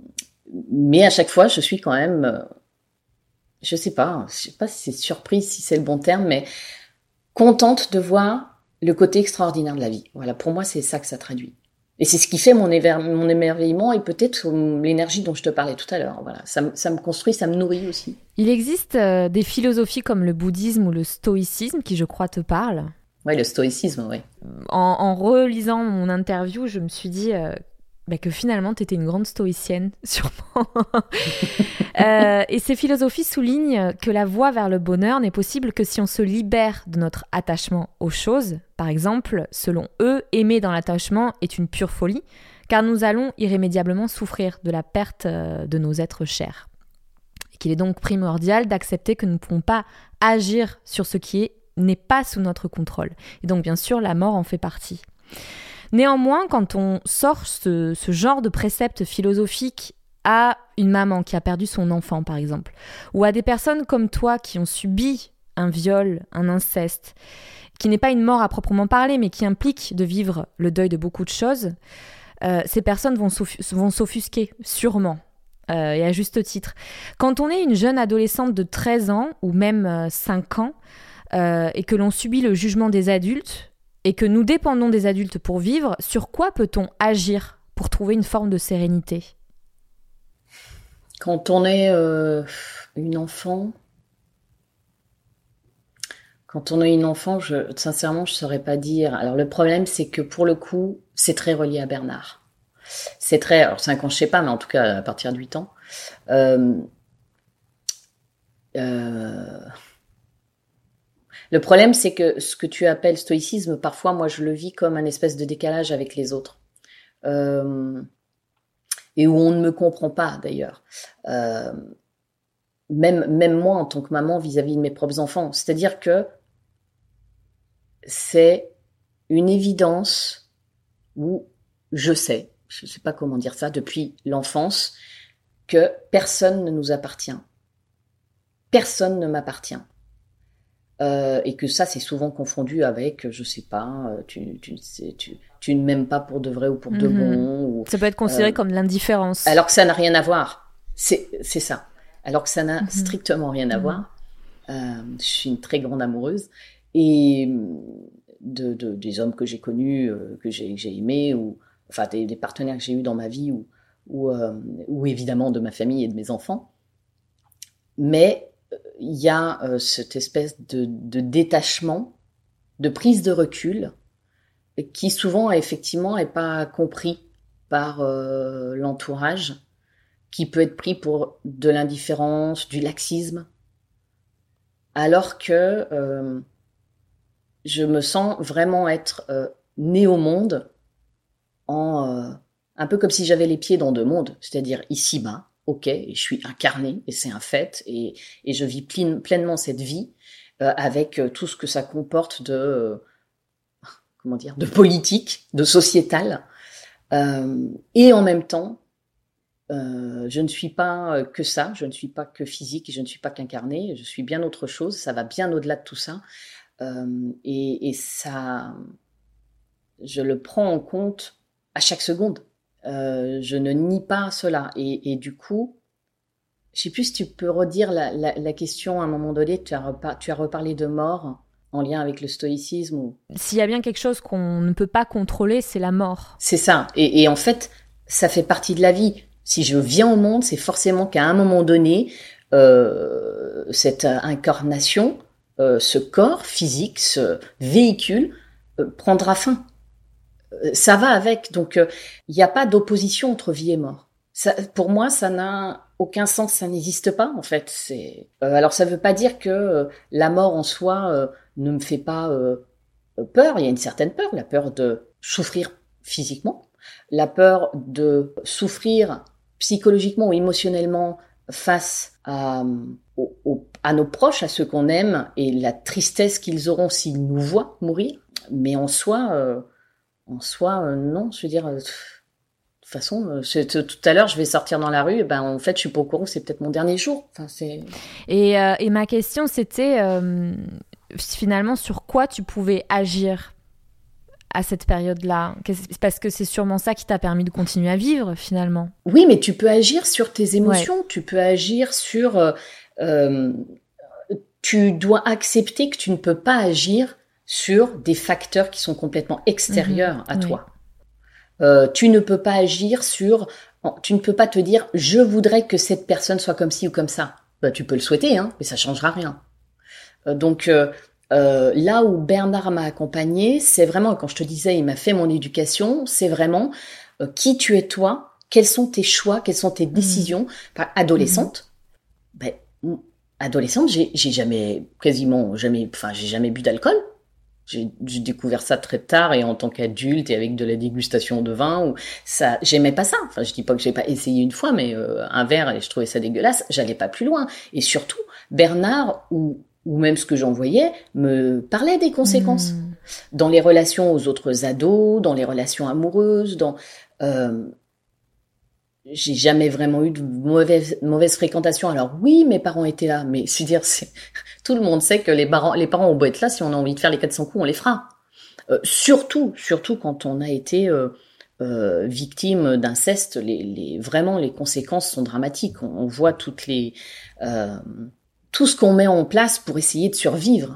à chaque fois, je suis quand même... je sais pas si c'est surprise, si c'est le bon terme, mais contente de voir le côté extraordinaire de la vie. Voilà, pour moi, c'est ça que ça traduit. Et c'est ce qui fait mon émerveillement et peut-être l'énergie dont je te parlais tout à l'heure. Voilà, ça me construit, ça me nourrit aussi. Il existe des philosophies comme le bouddhisme ou le stoïcisme qui, je crois, te parlent. Oui, le stoïcisme, oui. En relisant mon interview, je me suis dit... que finalement, tu étais une grande stoïcienne, sûrement. Et ces philosophies soulignent que la voie vers le bonheur n'est possible que si on se libère de notre attachement aux choses. Par exemple, selon eux, aimer dans l'attachement est une pure folie, car nous allons irrémédiablement souffrir de la perte de nos êtres chers. Et qu'il est donc primordial d'accepter que nous ne pouvons pas agir sur ce qui n'est pas sous notre contrôle. Et donc, bien sûr, la mort en fait partie. Néanmoins, quand on sort ce genre de préceptes philosophiques à une maman qui a perdu son enfant, par exemple, ou à des personnes comme toi qui ont subi un viol, un inceste, qui n'est pas une mort à proprement parler, mais qui implique de vivre le deuil de beaucoup de choses, ces personnes vont s'offusquer, sûrement, et à juste titre. Quand on est une jeune adolescente de 13 ans, ou même 5 ans, et que l'on subit le jugement des adultes, et que nous dépendons des adultes pour vivre, sur quoi peut-on agir pour trouver une forme de sérénité ? Quand on est une enfant, sincèrement, je ne saurais pas dire. Alors le problème, c'est que pour le coup, c'est très relié à Bernard. Alors 5 ans, je ne sais pas, mais en tout cas, à partir de 8 ans. Le problème, c'est que ce que tu appelles stoïcisme, parfois, moi, je le vis comme un espèce de décalage avec les autres. Et où on ne me comprend pas, d'ailleurs. Même moi, en tant que maman, vis-à-vis de mes propres enfants. C'est-à-dire que c'est une évidence où je sais pas comment dire ça, depuis l'enfance, que personne ne nous appartient. Personne ne m'appartient. Et que ça, c'est souvent confondu avec, je sais pas, tu ne m'aimes pas pour de vrai ou pour de bon. Ou, ça peut être considéré comme de l'indifférence. Alors que ça n'a rien à voir. C'est ça. Alors que ça n'a strictement rien à voir. Je suis une très grande amoureuse. Et des hommes que j'ai connus, que j'ai aimés, ou enfin des partenaires que j'ai eus dans ma vie, ou évidemment de ma famille et de mes enfants. Mais il y a cette espèce de détachement, de prise de recul, qui souvent effectivement n'est pas compris par l'entourage, qui peut être pris pour de l'indifférence, du laxisme, alors que je me sens vraiment être née au monde un peu comme si j'avais les pieds dans deux mondes, c'est-à-dire ici-bas, ok, et je suis incarnée, et c'est un fait, et je vis pleinement cette vie avec tout ce que ça comporte de politique, de sociétal, et en même temps, je ne suis pas que ça, je ne suis pas que physique, et je ne suis pas qu'incarnée, je suis bien autre chose, ça va bien au-delà de tout ça, et ça, je le prends en compte à chaque seconde. Je ne nie pas cela. Et du coup, je sais plus si tu peux redire la question à un moment donné. Tu as reparlé de mort en lien avec le stoïcisme. S'il y a bien quelque chose qu'on ne peut pas contrôler, c'est la mort. C'est ça. Et en fait, ça fait partie de la vie. Si je viens au monde, c'est forcément qu'à un moment donné, cette incarnation, ce corps physique, ce véhicule, prendra fin. Ça va avec, donc il n'y a pas d'opposition entre vie et mort. Ça, pour moi, ça n'a aucun sens, ça n'existe pas en fait. Alors ça ne veut pas dire que la mort en soi ne me fait pas peur. Il y a une certaine peur, la peur de souffrir physiquement, la peur de souffrir psychologiquement ou émotionnellement face à nos proches, à ceux qu'on aime, et la tristesse qu'ils auront s'ils nous voient mourir. Mais en soi, non, je veux dire, de toute façon, tout à l'heure, je vais sortir dans la rue, en fait, je suis pas au courant, c'est peut-être mon dernier jour. Enfin, Et ma question, c'était finalement sur quoi tu pouvais agir à cette période-là, parce que c'est sûrement ça qui t'a permis de continuer à vivre, finalement. Oui, mais tu peux agir sur tes émotions, tu peux agir sur... tu dois accepter que tu ne peux pas agir sur des facteurs qui sont complètement extérieurs à toi. Tu ne peux pas agir tu ne peux pas te dire « je voudrais que cette personne soit comme ci ou comme ça ». Tu peux le souhaiter, mais ça changera rien. Donc là où Bernard m'a accompagnée, c'est vraiment, quand je te disais, il m'a fait mon éducation, c'est vraiment qui tu es toi, quels sont tes choix, quelles sont tes décisions. Adolescente, adolescente, j'ai jamais bu d'alcool. J'ai découvert ça très tard et en tant qu'adulte et avec de la dégustation de vin, j'aimais pas ça. Enfin, je dis pas que j'ai pas essayé une fois, mais un verre et je trouvais ça dégueulasse. J'allais pas plus loin. Et surtout, Bernard ou même ce que j'en voyais me parlait des conséquences dans les relations aux autres ados, dans les relations amoureuses, j'ai jamais vraiment eu de mauvaise fréquentation. Alors oui, mes parents étaient là, mais je veux dire, tout le monde sait que les parents ont beau être là, si on a envie de faire les 400 coups, on les fera. Surtout quand on a été victime d'inceste, vraiment les conséquences sont dramatiques. On voit tout ce qu'on met en place pour essayer de survivre.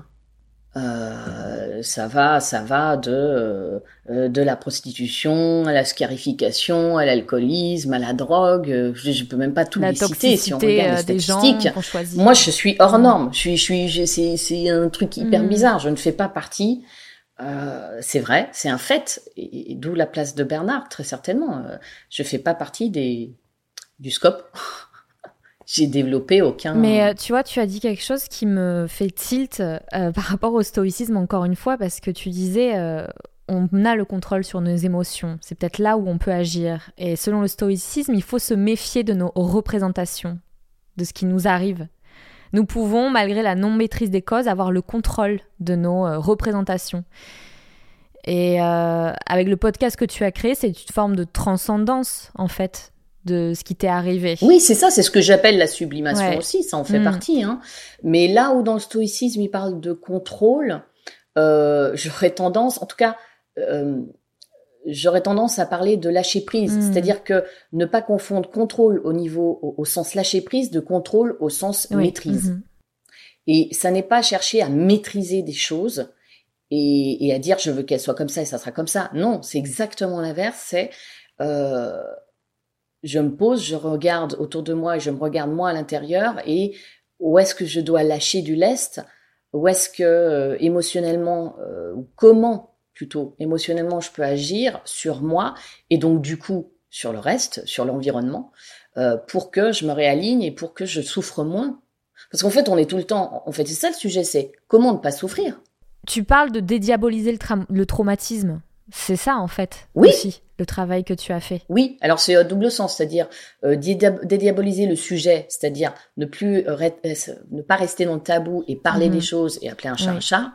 Ça va de la prostitution à la scarification, à l'alcoolisme, à la drogue. Je peux même pas tout les citer si on regarde les statistiques. Moi, je suis hors norme. C'est un truc hyper bizarre. Je ne fais pas partie. C'est vrai, c'est un fait, et d'où la place de Bernard, très certainement. Je fais pas partie du scope. j'ai développé aucun... Mais tu vois, tu as dit quelque chose qui me fait tilt par rapport au stoïcisme, encore une fois, parce que tu disais... on a le contrôle sur nos émotions. C'est peut-être là où on peut agir. Et selon le stoïcisme, il faut se méfier de nos représentations, de ce qui nous arrive. Nous pouvons, malgré la non-maîtrise des causes, avoir le contrôle de nos représentations. Et avec le podcast que tu as créé, c'est une forme de transcendance, en fait, de ce qui t'est arrivé. Oui, c'est ça, c'est ce que j'appelle la sublimation aussi, ça en fait partie. Hein. Mais là où dans le stoïcisme, il parle de contrôle, j'aurais tendance, en tout cas... j'aurais tendance à parler de lâcher prise, c'est-à-dire que ne pas confondre contrôle au sens lâcher prise de contrôle au sens maîtrise. Et ça n'est pas chercher à maîtriser des choses et à dire je veux qu'elles soient comme ça et ça sera comme ça. Non, c'est exactement l'inverse. C'est je me pose, je regarde autour de moi et je me regarde moi à l'intérieur et où est-ce que je dois lâcher du lest, où est-ce que émotionnellement ou comment plutôt émotionnellement je peux agir sur moi et donc du coup sur le reste, sur l'environnement, pour que je me réaligne et pour que je souffre moins. Parce qu'en fait, on est tout le temps... En fait, c'est ça le sujet, c'est comment ne pas souffrir. Tu parles de dédiaboliser le traumatisme. C'est ça, en fait, oui. Aussi, le travail que tu as fait. Oui, alors c'est double sens, c'est-à-dire dédiaboliser le sujet, c'est-à-dire ne pas rester dans le tabou et parler des choses et appeler un chat un chat.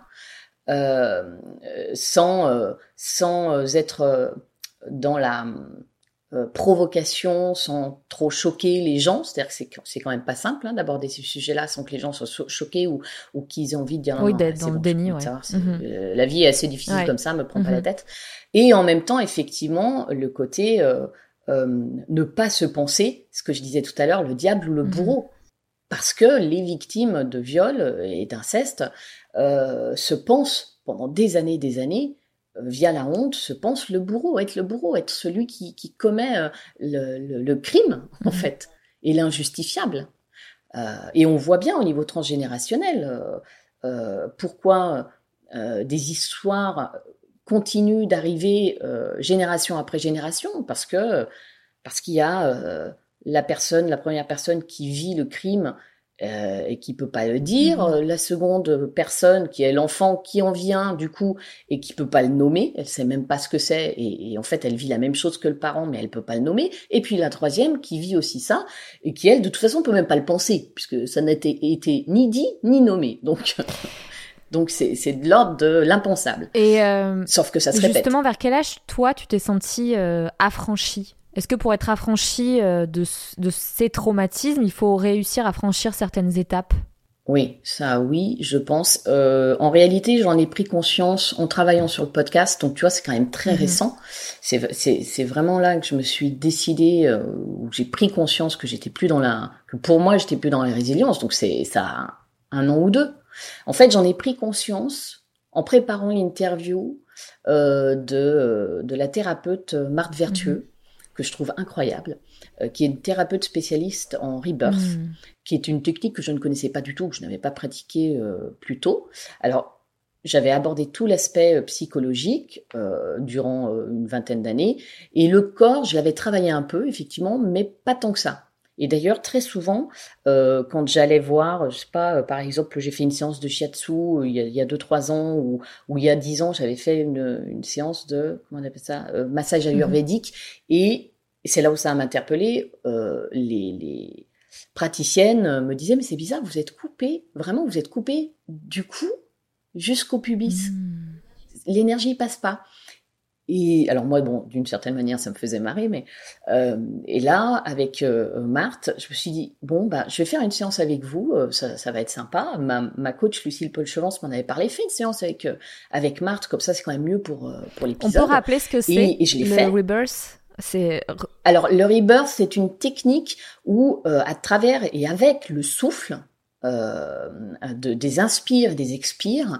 Sans être dans la provocation, sans trop choquer les gens. C'est-à-dire que c'est quand même pas simple d'aborder ces sujets-là sans que les gens soient choqués ou qu'ils aient envie de dire non, d'être dans le déni. La vie est assez difficile comme ça, me prends pas la tête. Et en même temps, effectivement, le côté ne pas se penser, ce que je disais tout à l'heure, le diable ou le bourreau. Parce que les victimes de viol et d'inceste se pensent pendant des années, via la honte, se pensent le bourreau, être celui qui commet le crime, en fait, et l'injustifiable. Et on voit bien au niveau transgénérationnel pourquoi des histoires continuent d'arriver génération après génération, parce qu'il y a la première personne qui vit le crime et qui peut pas le dire, la seconde personne qui est l'enfant qui en vient du coup et qui peut pas le nommer, elle sait même pas ce que c'est et en fait elle vit la même chose que le parent mais elle peut pas le nommer, et puis la troisième qui vit aussi ça et qui elle de toute façon peut même pas le penser puisque ça n'a été ni dit ni nommé, donc c'est de l'ordre de l'impensable. Et sauf que ça se répète. Justement, vers quel âge toi tu t'es sentie affranchie? Est-ce que pour être affranchi de ces traumatismes, il faut réussir à franchir certaines étapes? Oui, je pense. En réalité, j'en ai pris conscience en travaillant sur le podcast. Donc, tu vois, c'est quand même très récent. C'est vraiment là que je me suis décidée, où j'ai pris conscience que que pour moi, j'étais plus dans la résilience. Donc, ça a 1 an ou 2. En fait, j'en ai pris conscience en préparant l'interview de la thérapeute Marthe Vertueux, que je trouve incroyable, qui est une thérapeute spécialiste en rebirth, qui est une technique que je ne connaissais pas du tout, que je n'avais pas pratiquée plus tôt. Alors, j'avais abordé tout l'aspect psychologique durant une 20aine d'années, et le corps, je l'avais travaillé un peu, effectivement, mais pas tant que ça. Et d'ailleurs, très souvent, quand j'allais voir, je sais pas, par exemple, j'ai fait une séance de shiatsu il y a 2-3 ans, ou il y a 10 ans, j'avais fait une séance de, comment on appelle ça, massage ayurvédique, et c'est là où ça m'a interpellée. Les praticiennes me disaient, mais c'est bizarre, vous êtes coupé du cou jusqu'au pubis. L'énergie passe pas. Et alors moi, bon, d'une certaine manière, ça me faisait marrer, mais et là, avec Marthe, je me suis dit bon, je vais faire une séance avec vous, ça va être sympa. Ma coach Lucille Paul-Chevance m'en avait parlé, fait une séance avec Marthe, comme ça, c'est quand même mieux pour l'épisode. On peut rappeler ce que c'est et je l'ai fait. Le rebirth. Alors le rebirth, c'est une technique où à travers et avec le souffle, des inspires, des expires.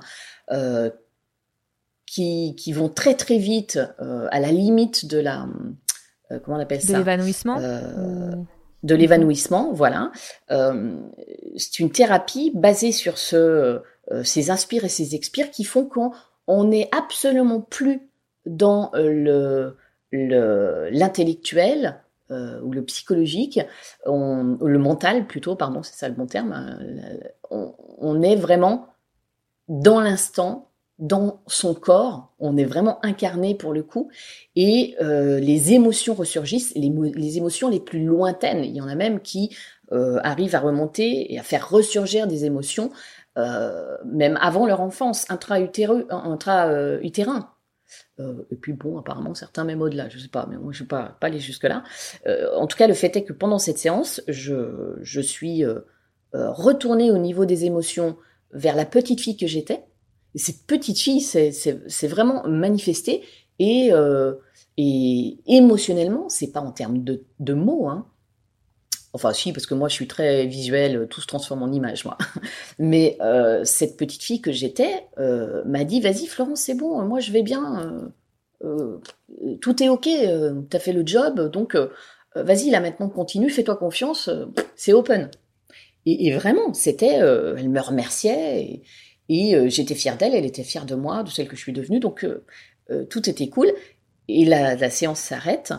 Qui vont très très vite à la limite de la comment on appelle ça, de l'évanouissement de l'évanouissement, voilà. C'est une thérapie basée sur ces inspires et ces expires qui font qu'on n'est absolument plus dans l'intellectuel, ou le psychologique, le mental plutôt, pardon, c'est ça le bon terme, on est vraiment dans l'instant, dans son corps, on est vraiment incarné pour le coup, et les émotions ressurgissent, les émotions les plus lointaines. Il y en a même qui arrivent à remonter et à faire ressurgir des émotions même avant leur enfance, intra-utérin. Et puis bon, apparemment certains même au-delà, je sais pas, mais moi je vais pas aller jusque-là. En tout cas, le fait est que pendant cette séance, je suis retournée au niveau des émotions vers la petite fille que j'étais. Et cette petite fille, c'est vraiment manifesté et émotionnellement, c'est pas en termes de mots, hein. Enfin si, parce que moi je suis très visuelle, tout se transforme en image, moi. Mais cette petite fille que j'étais m'a dit, vas-y Florence, c'est bon, moi je vais bien, tout est ok, t'as fait le job, donc vas-y là maintenant continue, fais-toi confiance, c'est open. Et vraiment, c'était, elle me remerciait et j'étais fière d'elle, elle était fière de moi, de celle que je suis devenue, donc tout était cool. Et la séance s'arrête.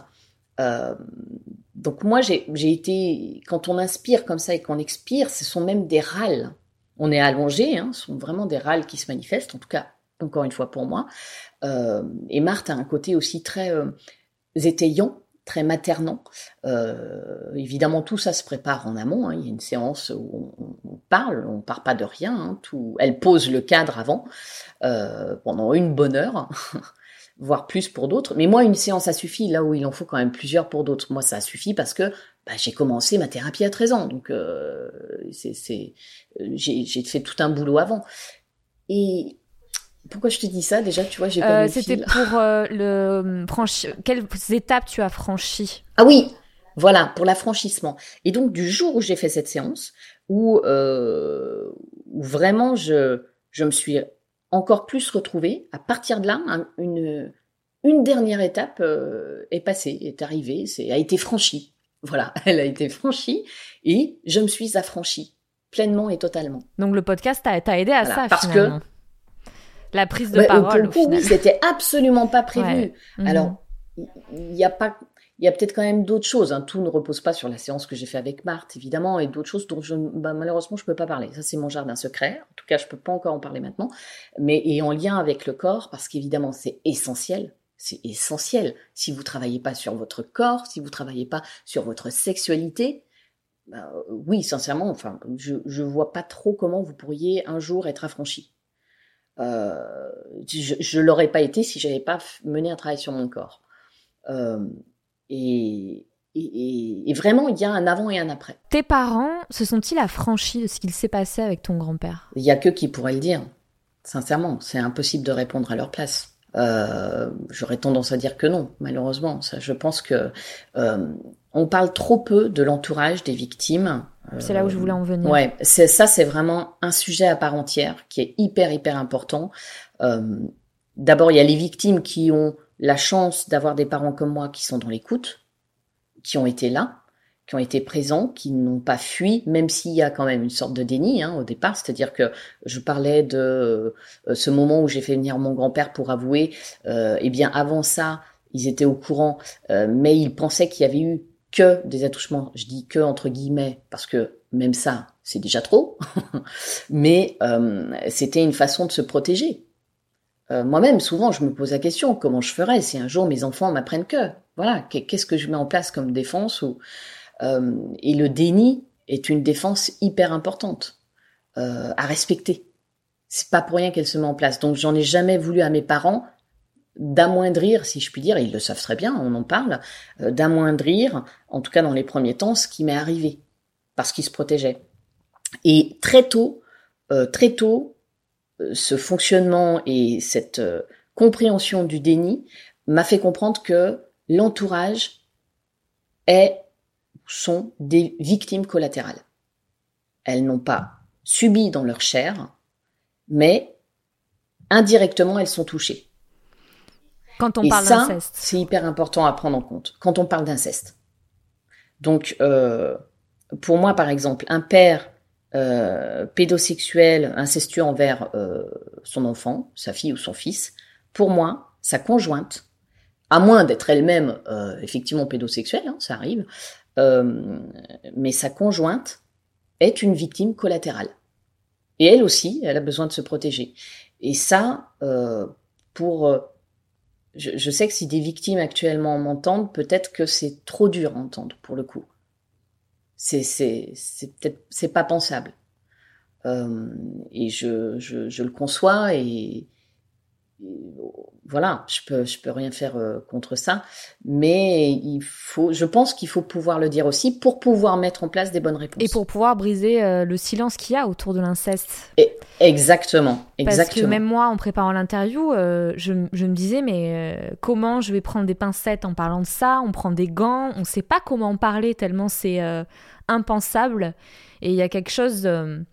Donc moi, j'ai été, quand on inspire comme ça et qu'on expire, ce sont même des râles. On est allongé, hein, ce sont vraiment des râles qui se manifestent, en tout cas, encore une fois pour moi. Et Marthe a un côté aussi très étayant, très maternant. Évidemment, tout ça se prépare en amont, hein. Il y a une séance où on part pas de rien, hein. Elle pose le cadre avant, pendant une bonne heure. Voire plus pour d'autres. Mais moi, une séance, ça suffit, là où il en faut quand même plusieurs pour d'autres. Moi, ça suffit parce que j'ai commencé ma thérapie à 13 ans. Donc, j'ai fait tout un boulot avant. Et pourquoi je te dis ça déjà, tu vois, j'ai pas C'était pour quelles étapes tu as franchies? Ah oui, voilà, pour l'affranchissement. Et donc, du jour où j'ai fait cette séance, où vraiment je me suis encore plus retrouvée, à partir de là, une dernière étape est passée, est arrivée, a été franchie. Voilà, elle a été franchie et je me suis affranchie pleinement et totalement. Donc le podcast t'a aidé à ça, parce finalement. Que la prise de pour parole, le coup, oui, c'était absolument pas prévu. Ouais. Alors, il y a peut-être quand même d'autres choses, hein. Tout ne repose pas sur la séance que j'ai fait avec Marthe, évidemment, et d'autres choses dont malheureusement, je peux pas parler. Ça, c'est mon jardin secret. En tout cas, je peux pas encore en parler maintenant. Et en lien avec le corps, parce qu'évidemment, c'est essentiel. C'est essentiel. Si vous travaillez pas sur votre corps, si vous travaillez pas sur votre sexualité, oui, sincèrement, enfin, je vois pas trop comment vous pourriez un jour être affranchi. Je l'aurais pas été si j'avais pas mené un travail sur mon corps. Et vraiment, il y a un avant et un après. Tes parents se sont-ils affranchis de ce qu'il s'est passé avec ton grand-père? Il y a qu'eux qui pourraient le dire. Sincèrement, c'est impossible de répondre à leur place. J'aurais tendance à dire que non, malheureusement. Ça, je pense que on parle trop peu de l'entourage des victimes. C'est là où je voulais en venir. Ouais, c'est vraiment un sujet à part entière qui est hyper important. D'abord, il y a les victimes qui ont la chance d'avoir des parents comme moi qui sont dans l'écoute, qui ont été là, qui ont été présents, qui n'ont pas fui, même s'il y a quand même une sorte de déni, hein, au départ. C'est-à-dire que je parlais de ce moment où j'ai fait venir mon grand-père pour avouer. Eh bien, avant ça, ils étaient au courant, mais ils pensaient qu'il y avait eu que des attouchements. Je dis que entre guillemets, parce que même ça, c'est déjà trop. Mais c'était une façon de se protéger. Moi-même, souvent, je me pose la question, comment je ferais si un jour mes enfants m'apprennent que? Voilà, qu'est-ce que je mets en place comme défense et le déni est une défense hyper importante à respecter. C'est pas pour rien qu'elle se met en place. Donc, j'en ai jamais voulu à mes parents d'amoindrir, si je puis dire, et ils le savent très bien, on en parle, d'amoindrir, en tout cas dans les premiers temps, ce qui m'est arrivé, parce qu'ils se protégeaient. Et très tôt, ce fonctionnement et cette compréhension du déni m'a fait comprendre que l'entourage sont des victimes collatérales. Elles n'ont pas subi dans leur chair, mais indirectement, elles sont touchées. Quand on parle d'inceste. C'est hyper important à prendre en compte, quand on parle d'inceste. Donc, pour moi, par exemple, un père pédosexuel, incestueux envers son enfant, sa fille ou son fils, pour moi, sa conjointe à moins d'être elle-même effectivement pédosexuelle, hein, ça arrive, mais sa conjointe est une victime collatérale. Et elle aussi, elle a besoin de se protéger. Et ça, je sais que si des victimes actuellement m'entendent, peut-être que c'est trop dur à entendre pour le coup. C'est pas pensable. Et je le conçois et voilà, je peux rien faire contre ça, mais je pense qu'il faut pouvoir le dire aussi pour pouvoir mettre en place des bonnes réponses. Et pour pouvoir briser le silence qu'il y a autour de l'inceste. Exactement. Parce que même moi, en préparant l'interview, je me disais, mais comment je vais prendre des pincettes en parlant de ça? On prend des gants, on sait pas comment en parler tellement c'est impensable. Et il y a quelque chose...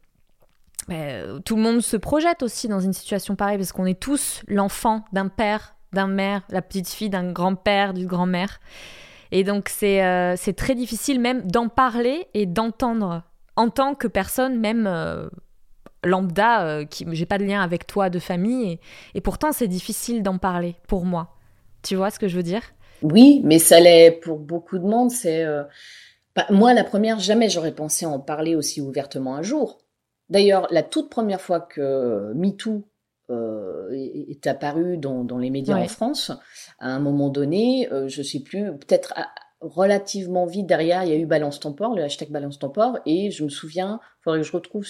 tout le monde se projette aussi dans une situation pareille parce qu'on est tous l'enfant d'un père, d'un mère, la petite fille d'un grand-père, d'une grand-mère. Et donc c'est très difficile même d'en parler et d'entendre en tant que personne même lambda, j'ai pas de lien avec toi de famille et pourtant c'est difficile d'en parler pour moi. Tu vois ce que je veux dire? Oui, mais ça l'est pour beaucoup de monde. Moi, la première, jamais j'aurais pensé en parler aussi ouvertement un jour. D'ailleurs, la toute première fois que MeToo est apparu dans les médias en France, à un moment donné, je sais plus, peut-être relativement vite derrière, il y a eu Balance ton port, le hashtag Balance ton port, et je me souviens, il faudrait que je retrouve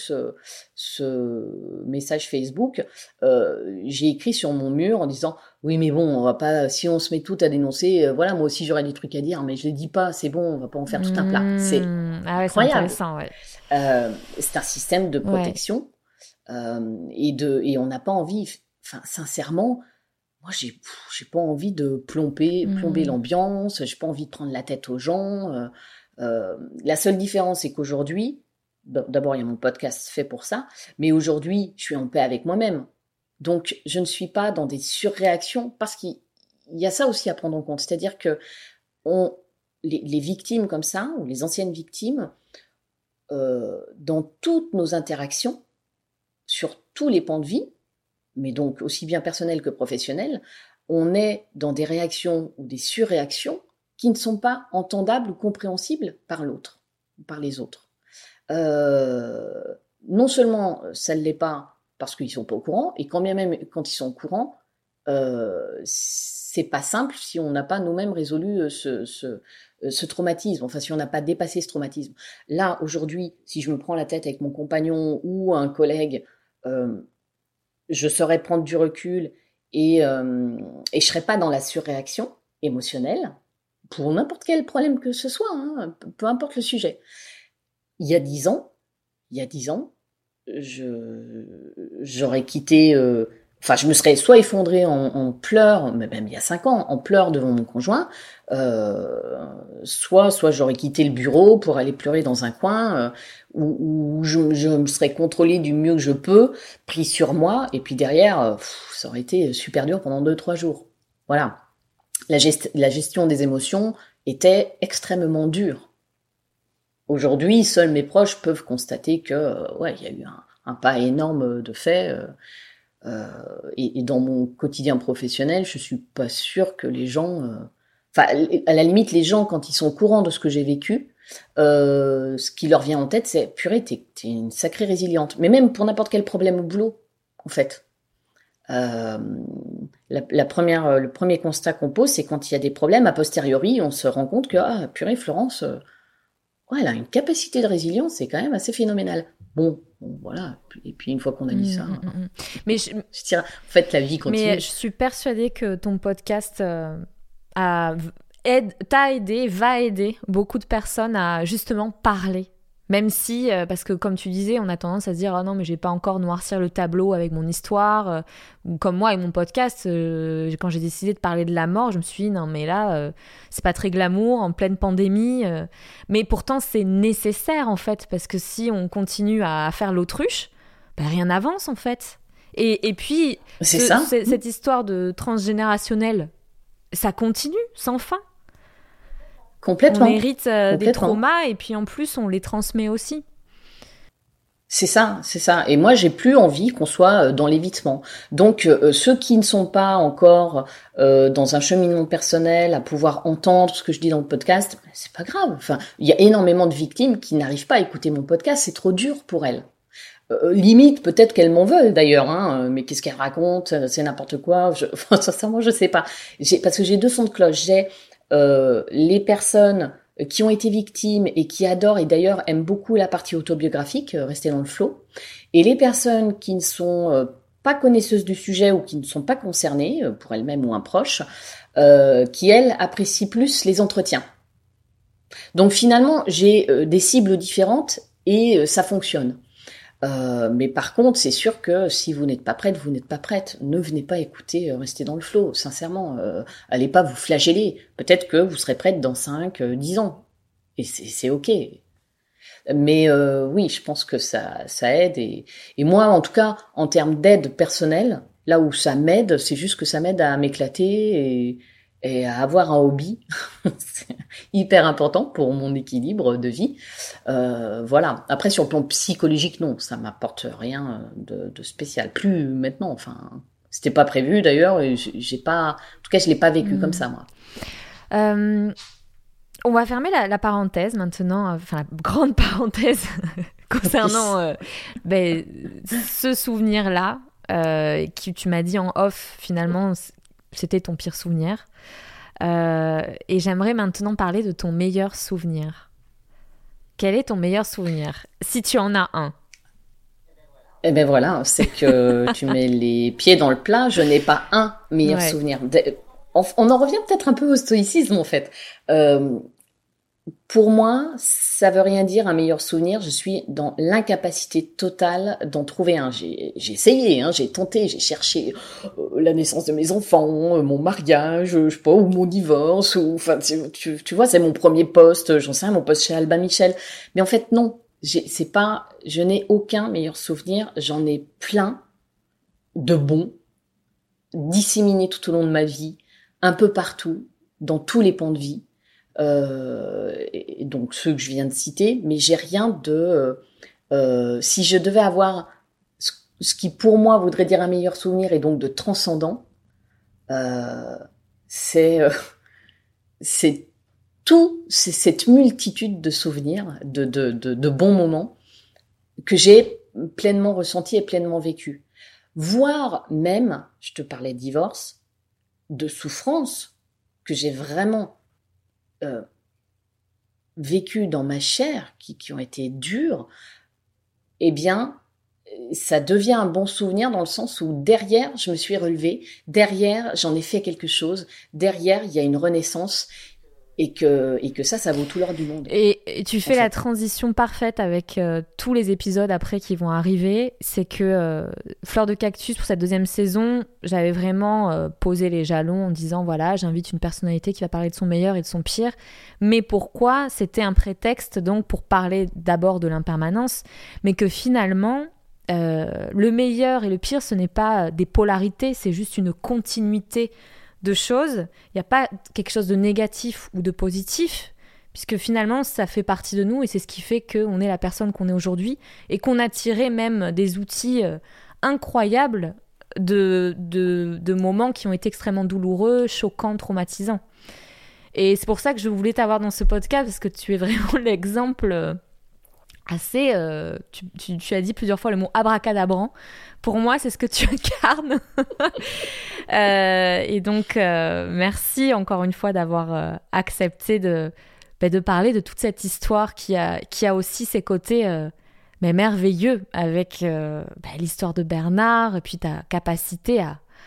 ce message Facebook, j'ai écrit sur mon mur en disant « Oui, mais bon, on va pas, si on se met toutes à dénoncer, voilà, moi aussi j'aurais des trucs à dire, mais je les dis pas, c'est bon, on va pas en faire tout un plat. » C'est incroyable. C'est intéressant, ouais. C'est un système de protection et on n'a pas envie, enfin sincèrement, moi j'ai pas envie de plomber l'ambiance, j'ai pas envie de prendre la tête aux gens. La seule différence c'est qu'aujourd'hui, d'abord il y a mon podcast fait pour ça, mais aujourd'hui je suis en paix avec moi-même, donc je ne suis pas dans des surréactions parce qu'il y a ça aussi à prendre en compte, c'est-à-dire que les victimes comme ça ou les anciennes victimes, dans toutes nos interactions, sur tous les pans de vie, mais donc aussi bien personnels que professionnels, on est dans des réactions ou des surréactions qui ne sont pas entendables ou compréhensibles par l'autre, par les autres. Non seulement ça ne l'est pas parce qu'ils ne sont pas au courant, et quand bien même quand ils sont au courant, c'est pas simple si on n'a pas nous-mêmes résolu ce traumatisme, enfin si on n'a pas dépassé ce traumatisme. Là, aujourd'hui, si je me prends la tête avec mon compagnon ou un collègue, je saurais prendre du recul et je serais pas dans la surréaction émotionnelle pour n'importe quel problème que ce soit, hein, peu importe le sujet. Il y a 10 ans, j'aurais quitté... Enfin, je me serais soit effondrée en pleurs, mais même il y a 5 ans, en pleurs devant mon conjoint, soit j'aurais quitté le bureau pour aller pleurer dans un coin, où je me serais contrôlée du mieux que je peux, pris sur moi, et puis derrière, ça aurait été super dur pendant 2-3 jours. Voilà. La gestion des émotions était extrêmement dure. Aujourd'hui, seuls mes proches peuvent constater que, il y a eu un pas énorme de fait. Et dans mon quotidien professionnel, je suis pas sûre que les gens... à la limite, les gens, quand ils sont au courant de ce que j'ai vécu, ce qui leur vient en tête, c'est « Purée, t'es une sacrée résiliente. » Mais même pour n'importe quel problème au boulot, en fait. Le premier constat qu'on pose, c'est quand il y a des problèmes, a posteriori, on se rend compte que « Ah, purée, Florence, elle a une capacité de résilience, c'est quand même assez phénoménal. » Bon, voilà. Et puis une fois qu'on a dit ça, mais en fait, la vie continue. Mais je suis persuadée que ton podcast t'a aidé, va aider beaucoup de personnes à justement parler. Même si, parce que comme tu disais, on a tendance à se dire « Ah non, mais je vais pas encore noircir le tableau avec mon histoire. » Ou comme moi, avec mon podcast, quand j'ai décidé de parler de la mort, je me suis dit « Non, mais là, c'est pas très glamour, en pleine pandémie. » Mais pourtant, c'est nécessaire, en fait, parce que si on continue à faire l'autruche, rien n'avance, en fait. Et puis, cette histoire de transgénérationnel, ça continue, sans fin. Complètement. On hérite des traumas et puis en plus on les transmet aussi. C'est ça, c'est ça. Et moi, j'ai plus envie qu'on soit dans l'évitement. Donc, ceux qui ne sont pas encore dans un cheminement personnel à pouvoir entendre ce que je dis dans le podcast, c'est pas grave. Enfin, il y a énormément de victimes qui n'arrivent pas à écouter mon podcast. C'est trop dur pour elles. Limite, peut-être qu'elles m'en veulent d'ailleurs. Mais qu'est-ce qu'elles racontent? C'est n'importe quoi. Enfin, sincèrement, je sais pas. Parce que j'ai deux sons de cloche. J'ai les personnes qui ont été victimes et qui adorent et d'ailleurs aiment beaucoup la partie autobiographique, rester dans le flow, et les personnes qui ne sont pas connaisseuses du sujet ou qui ne sont pas concernées, pour elles-mêmes ou un proche, qui, elles, apprécient plus les entretiens. Donc finalement, j'ai des cibles différentes et ça fonctionne. Mais par contre, c'est sûr que si vous n'êtes pas prête, vous n'êtes pas prête. Ne venez pas écouter, restez dans le flow, sincèrement. Allez pas vous flageller. Peut-être que vous serez prête dans 5, 10 ans. Et c'est ok. Mais oui, je pense que ça aide. Et moi, en tout cas, en termes d'aide personnelle, là où ça m'aide, c'est juste que ça m'aide à m'éclater et à avoir un hobby. C'est hyper important pour mon équilibre de vie. Voilà. Après, sur le plan psychologique, non, ça m'apporte rien de spécial. Plus maintenant, enfin, c'était pas prévu d'ailleurs. Et j'ai pas, en tout cas, je l'ai pas vécu comme ça, moi. On va fermer la parenthèse maintenant, enfin la grande parenthèse concernant ce souvenir-là, qui tu m'as dit en off, finalement, c'était ton pire souvenir. Et j'aimerais maintenant parler de ton meilleur souvenir. Quel est ton meilleur souvenir, si tu en as un? Eh ben voilà, c'est que tu mets les pieds dans le plat. Je n'ai pas un meilleur souvenir. On en revient peut-être un peu au stoïcisme en fait. Pour moi, ça veut rien dire un meilleur souvenir. Je suis dans l'incapacité totale d'en trouver un. J'ai essayé, j'ai tenté, j'ai cherché la naissance de mes enfants, mon mariage, je sais pas, ou mon divorce, ou enfin, tu vois, c'est mon premier poste, j'en sais rien, mon poste chez Albin Michel. Mais en fait, non, je n'ai aucun meilleur souvenir. J'en ai plein de bons, disséminés tout au long de ma vie, un peu partout, dans tous les pans de vie. Et donc ceux que je viens de citer, mais j'ai rien de... si je devais avoir ce qui pour moi voudrait dire un meilleur souvenir et donc de transcendant, c'est cette multitude de souvenirs, de bons moments que j'ai pleinement ressentis et pleinement vécu. Voire même, je te parlais de divorce, de souffrance que j'ai vraiment vécu dans ma chair, qui ont été dures, eh bien, ça devient un bon souvenir dans le sens où derrière, je me suis relevée, derrière, j'en ai fait quelque chose, derrière, il y a une renaissance et que ça vaut tout l'or du monde. Et tu fais la transition parfaite avec tous les épisodes après qui vont arriver. C'est que Fleur de Cactus, pour cette deuxième saison, j'avais vraiment posé les jalons en disant, voilà, j'invite une personnalité qui va parler de son meilleur et de son pire. Mais pourquoi? C'était un prétexte donc pour parler d'abord de l'impermanence, mais que finalement, le meilleur et le pire, ce n'est pas des polarités, c'est juste une continuité de choses. Il n'y a pas quelque chose de négatif ou de positif, puisque finalement ça fait partie de nous et c'est ce qui fait qu'on est la personne qu'on est aujourd'hui et qu'on a tiré même des outils incroyables de moments qui ont été extrêmement douloureux, choquants, traumatisants. Et c'est pour ça que je voulais t'avoir dans ce podcast, parce que tu es vraiment l'exemple assez... tu as dit plusieurs fois le mot abracadabrant. Pour moi, c'est ce que tu incarnes. Et donc, merci encore une fois d'avoir accepté de parler de toute cette histoire qui a aussi ses côtés merveilleux avec l'histoire de Bernard et puis ta capacité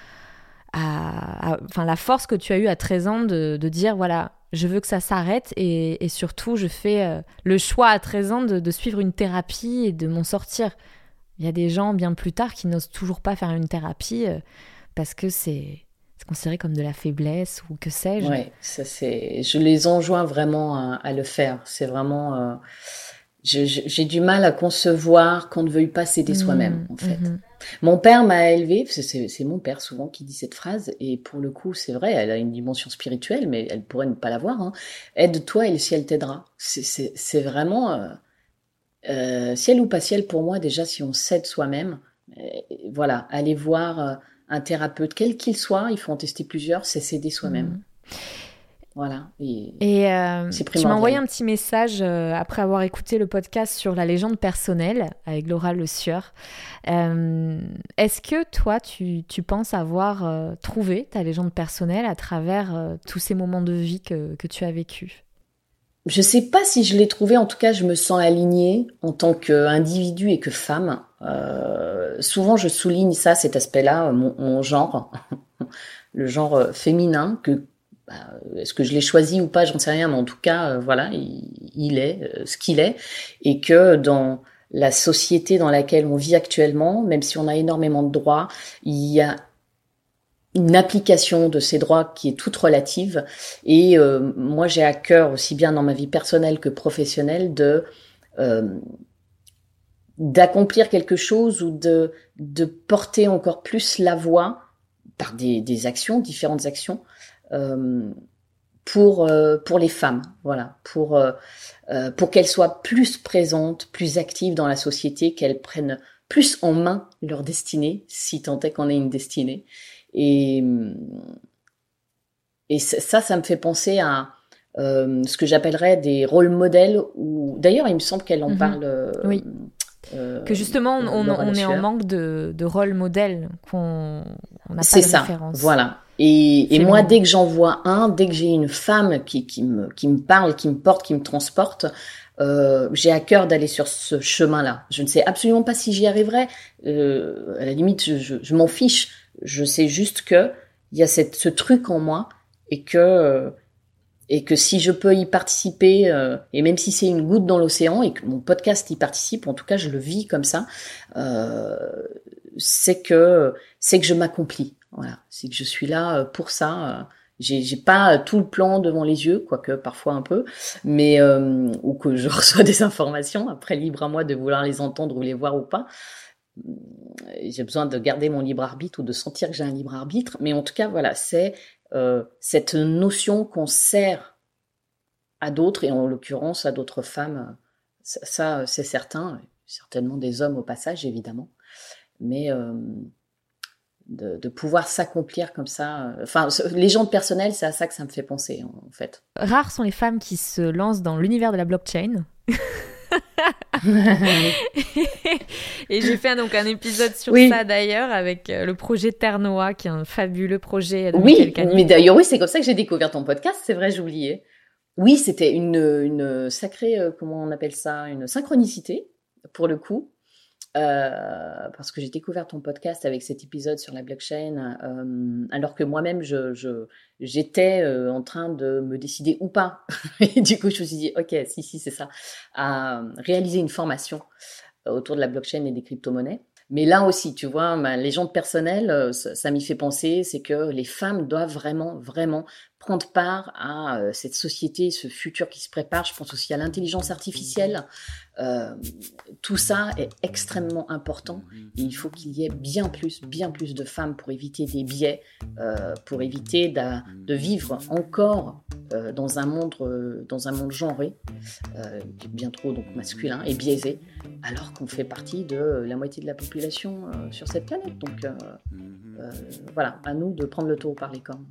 enfin, la force que tu as eue à 13 ans de dire, voilà, je veux que ça s'arrête et surtout, je fais le choix à 13 ans de suivre une thérapie et de m'en sortir. Il y a des gens bien plus tard qui n'osent toujours pas faire une thérapie parce que c'est considéré comme de la faiblesse ou que sais-je. Ouais, je les enjoins vraiment à le faire. C'est vraiment... j'ai du mal à concevoir qu'on ne veuille pas s'aider soi-même, en fait. Mon père m'a élevée, c'est mon père souvent qui dit cette phrase, et pour le coup, c'est vrai, elle a une dimension spirituelle, mais elle pourrait ne pas l'avoir. Aide-toi et le ciel t'aidera. C'est vraiment... Ciel ou pas ciel, pour moi, déjà, si on s'aide soi-même, voilà, aller voir un thérapeute, quel qu'il soit, il faut en tester plusieurs, c'est s'aider soi-même. Voilà. Et c'est tu m'as envoyé un petit message après avoir écouté le podcast sur la légende personnelle avec Laura Le Sueur. Est-ce que toi, tu penses avoir trouvé ta légende personnelle à travers tous ces moments de vie que tu as vécus ? Je sais pas si je l'ai trouvé, en tout cas je me sens alignée en tant qu'individu et que femme. Souvent je souligne ça, cet aspect-là, mon genre, le genre féminin, que est-ce que je l'ai choisi ou pas, j'en sais rien, mais en tout cas, voilà, il est ce qu'il est, et que dans la société dans laquelle on vit actuellement, même si on a énormément de droits, il y a une application de ces droits qui est toute relative, et moi j'ai à cœur, aussi bien dans ma vie personnelle que professionnelle, d'accomplir quelque chose ou de porter encore plus la voix par des actions, différentes actions, pour les femmes, voilà, pour qu'elles soient plus présentes, plus actives dans la société, qu'elles prennent plus en main leur destinée, si tant est qu'on ait une destinée. Et ça me fait penser à ce que j'appellerais des rôles modèles, ou d'ailleurs il me semble qu'elle en parle. Oui. Que justement on est en manque de rôle modèle, qu'on n'a pas de référence. Voilà. Et moi, dès que j'en vois un, dès que j'ai une femme qui me parle, qui me porte, qui me transporte, j'ai à cœur d'aller sur ce chemin-là. Je ne sais absolument pas si j'y arriverai. À la limite, je m'en fiche. Je sais juste que il y a ce truc en moi, et que si je peux y participer, et même si c'est une goutte dans l'océan, et que mon podcast y participe, en tout cas je le vis comme ça, c'est que je m'accomplis. Voilà, c'est que je suis là pour ça. J'ai pas tout le plan devant les yeux, quoique parfois un peu, mais ou que je reçois des informations. Après, libre à moi de vouloir les entendre ou les voir ou pas. J'ai besoin de garder mon libre arbitre ou de sentir que j'ai un libre arbitre. Mais en tout cas, voilà, c'est cette notion qu'on sert à d'autres, et en l'occurrence à d'autres femmes. Ça, c'est certain. Certainement des hommes au passage, évidemment. Mais de pouvoir s'accomplir comme ça. Enfin, légende personnelle, c'est à ça que ça me fait penser, en fait. Rares sont les femmes qui se lancent dans l'univers de la blockchain. Et j'ai fait donc un épisode sur ça d'ailleurs, avec le projet Terre Noire, qui est un fabuleux projet. Oui, mais d'ailleurs, c'est comme ça que j'ai découvert ton podcast, c'est vrai, j'oubliais. Oui, c'était une sacrée, comment on appelle ça, une synchronicité, pour le coup. Parce que j'ai découvert ton podcast avec cet épisode sur la blockchain, alors que moi-même j'étais en train de me décider ou pas. Et du coup, je me suis dit, ok, si, c'est ça, à réaliser une formation autour de la blockchain et des crypto-monnaies. Mais là aussi, tu vois, ma légende personnelle, ça m'y fait penser, c'est que les femmes doivent vraiment, vraiment prendre part à cette société, ce futur qui se prépare. Je pense aussi à l'intelligence artificielle. Tout ça est extrêmement important. Et il faut qu'il y ait bien plus de femmes pour éviter des biais, pour éviter de vivre encore dans un monde genré, bien trop donc masculin et biaisé, alors qu'on fait partie de la moitié de la population sur cette planète. Donc voilà, à nous de prendre le taureau par les cornes.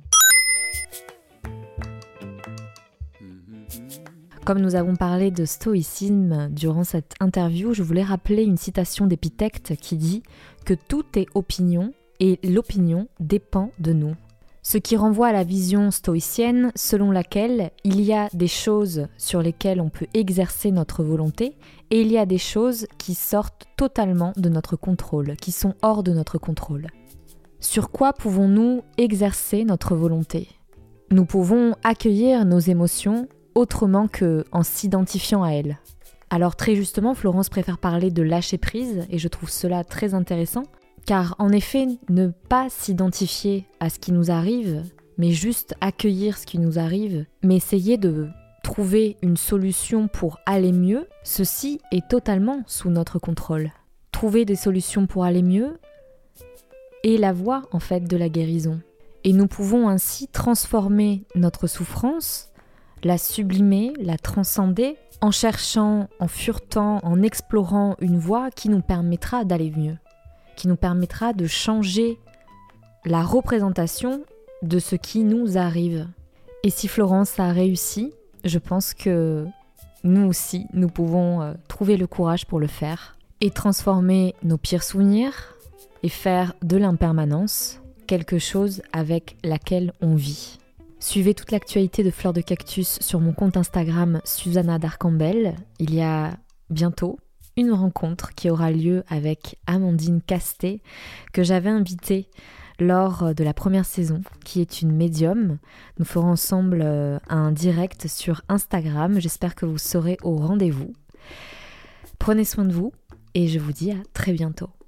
Comme nous avons parlé de stoïcisme durant cette interview, je voulais rappeler une citation d'Épithète qui dit que tout est opinion et l'opinion dépend de nous. Ce qui renvoie à la vision stoïcienne selon laquelle il y a des choses sur lesquelles on peut exercer notre volonté et il y a des choses qui sortent totalement de notre contrôle, qui sont hors de notre contrôle. Sur quoi pouvons-nous exercer notre volonté ? Nous pouvons accueillir nos émotions autrement qu'en s'identifiant à elles. Alors très justement, Florence préfère parler de lâcher prise et je trouve cela très intéressant, car en effet, ne pas s'identifier à ce qui nous arrive, mais juste accueillir ce qui nous arrive, mais essayer de trouver une solution pour aller mieux, ceci est totalement sous notre contrôle. Trouver des solutions pour aller mieux est la voie en fait de la guérison. Et nous pouvons ainsi transformer notre souffrance, la sublimer, la transcender en cherchant, en furetant, en explorant une voie qui nous permettra d'aller mieux, qui nous permettra de changer la représentation de ce qui nous arrive. Et si Florence a réussi, je pense que nous aussi, nous pouvons trouver le courage pour le faire et transformer nos pires souvenirs et faire de l'impermanence quelque chose avec laquelle on vit. Suivez toute l'actualité de Fleurs de Cactus sur mon compte Instagram Susanna Darcambel. Il y a bientôt une rencontre qui aura lieu avec Amandine Castet, que j'avais invitée lors de la première saison, qui est une médium. Nous ferons ensemble un direct sur Instagram. J'espère que vous serez au rendez-vous. Prenez soin de vous et je vous dis à très bientôt.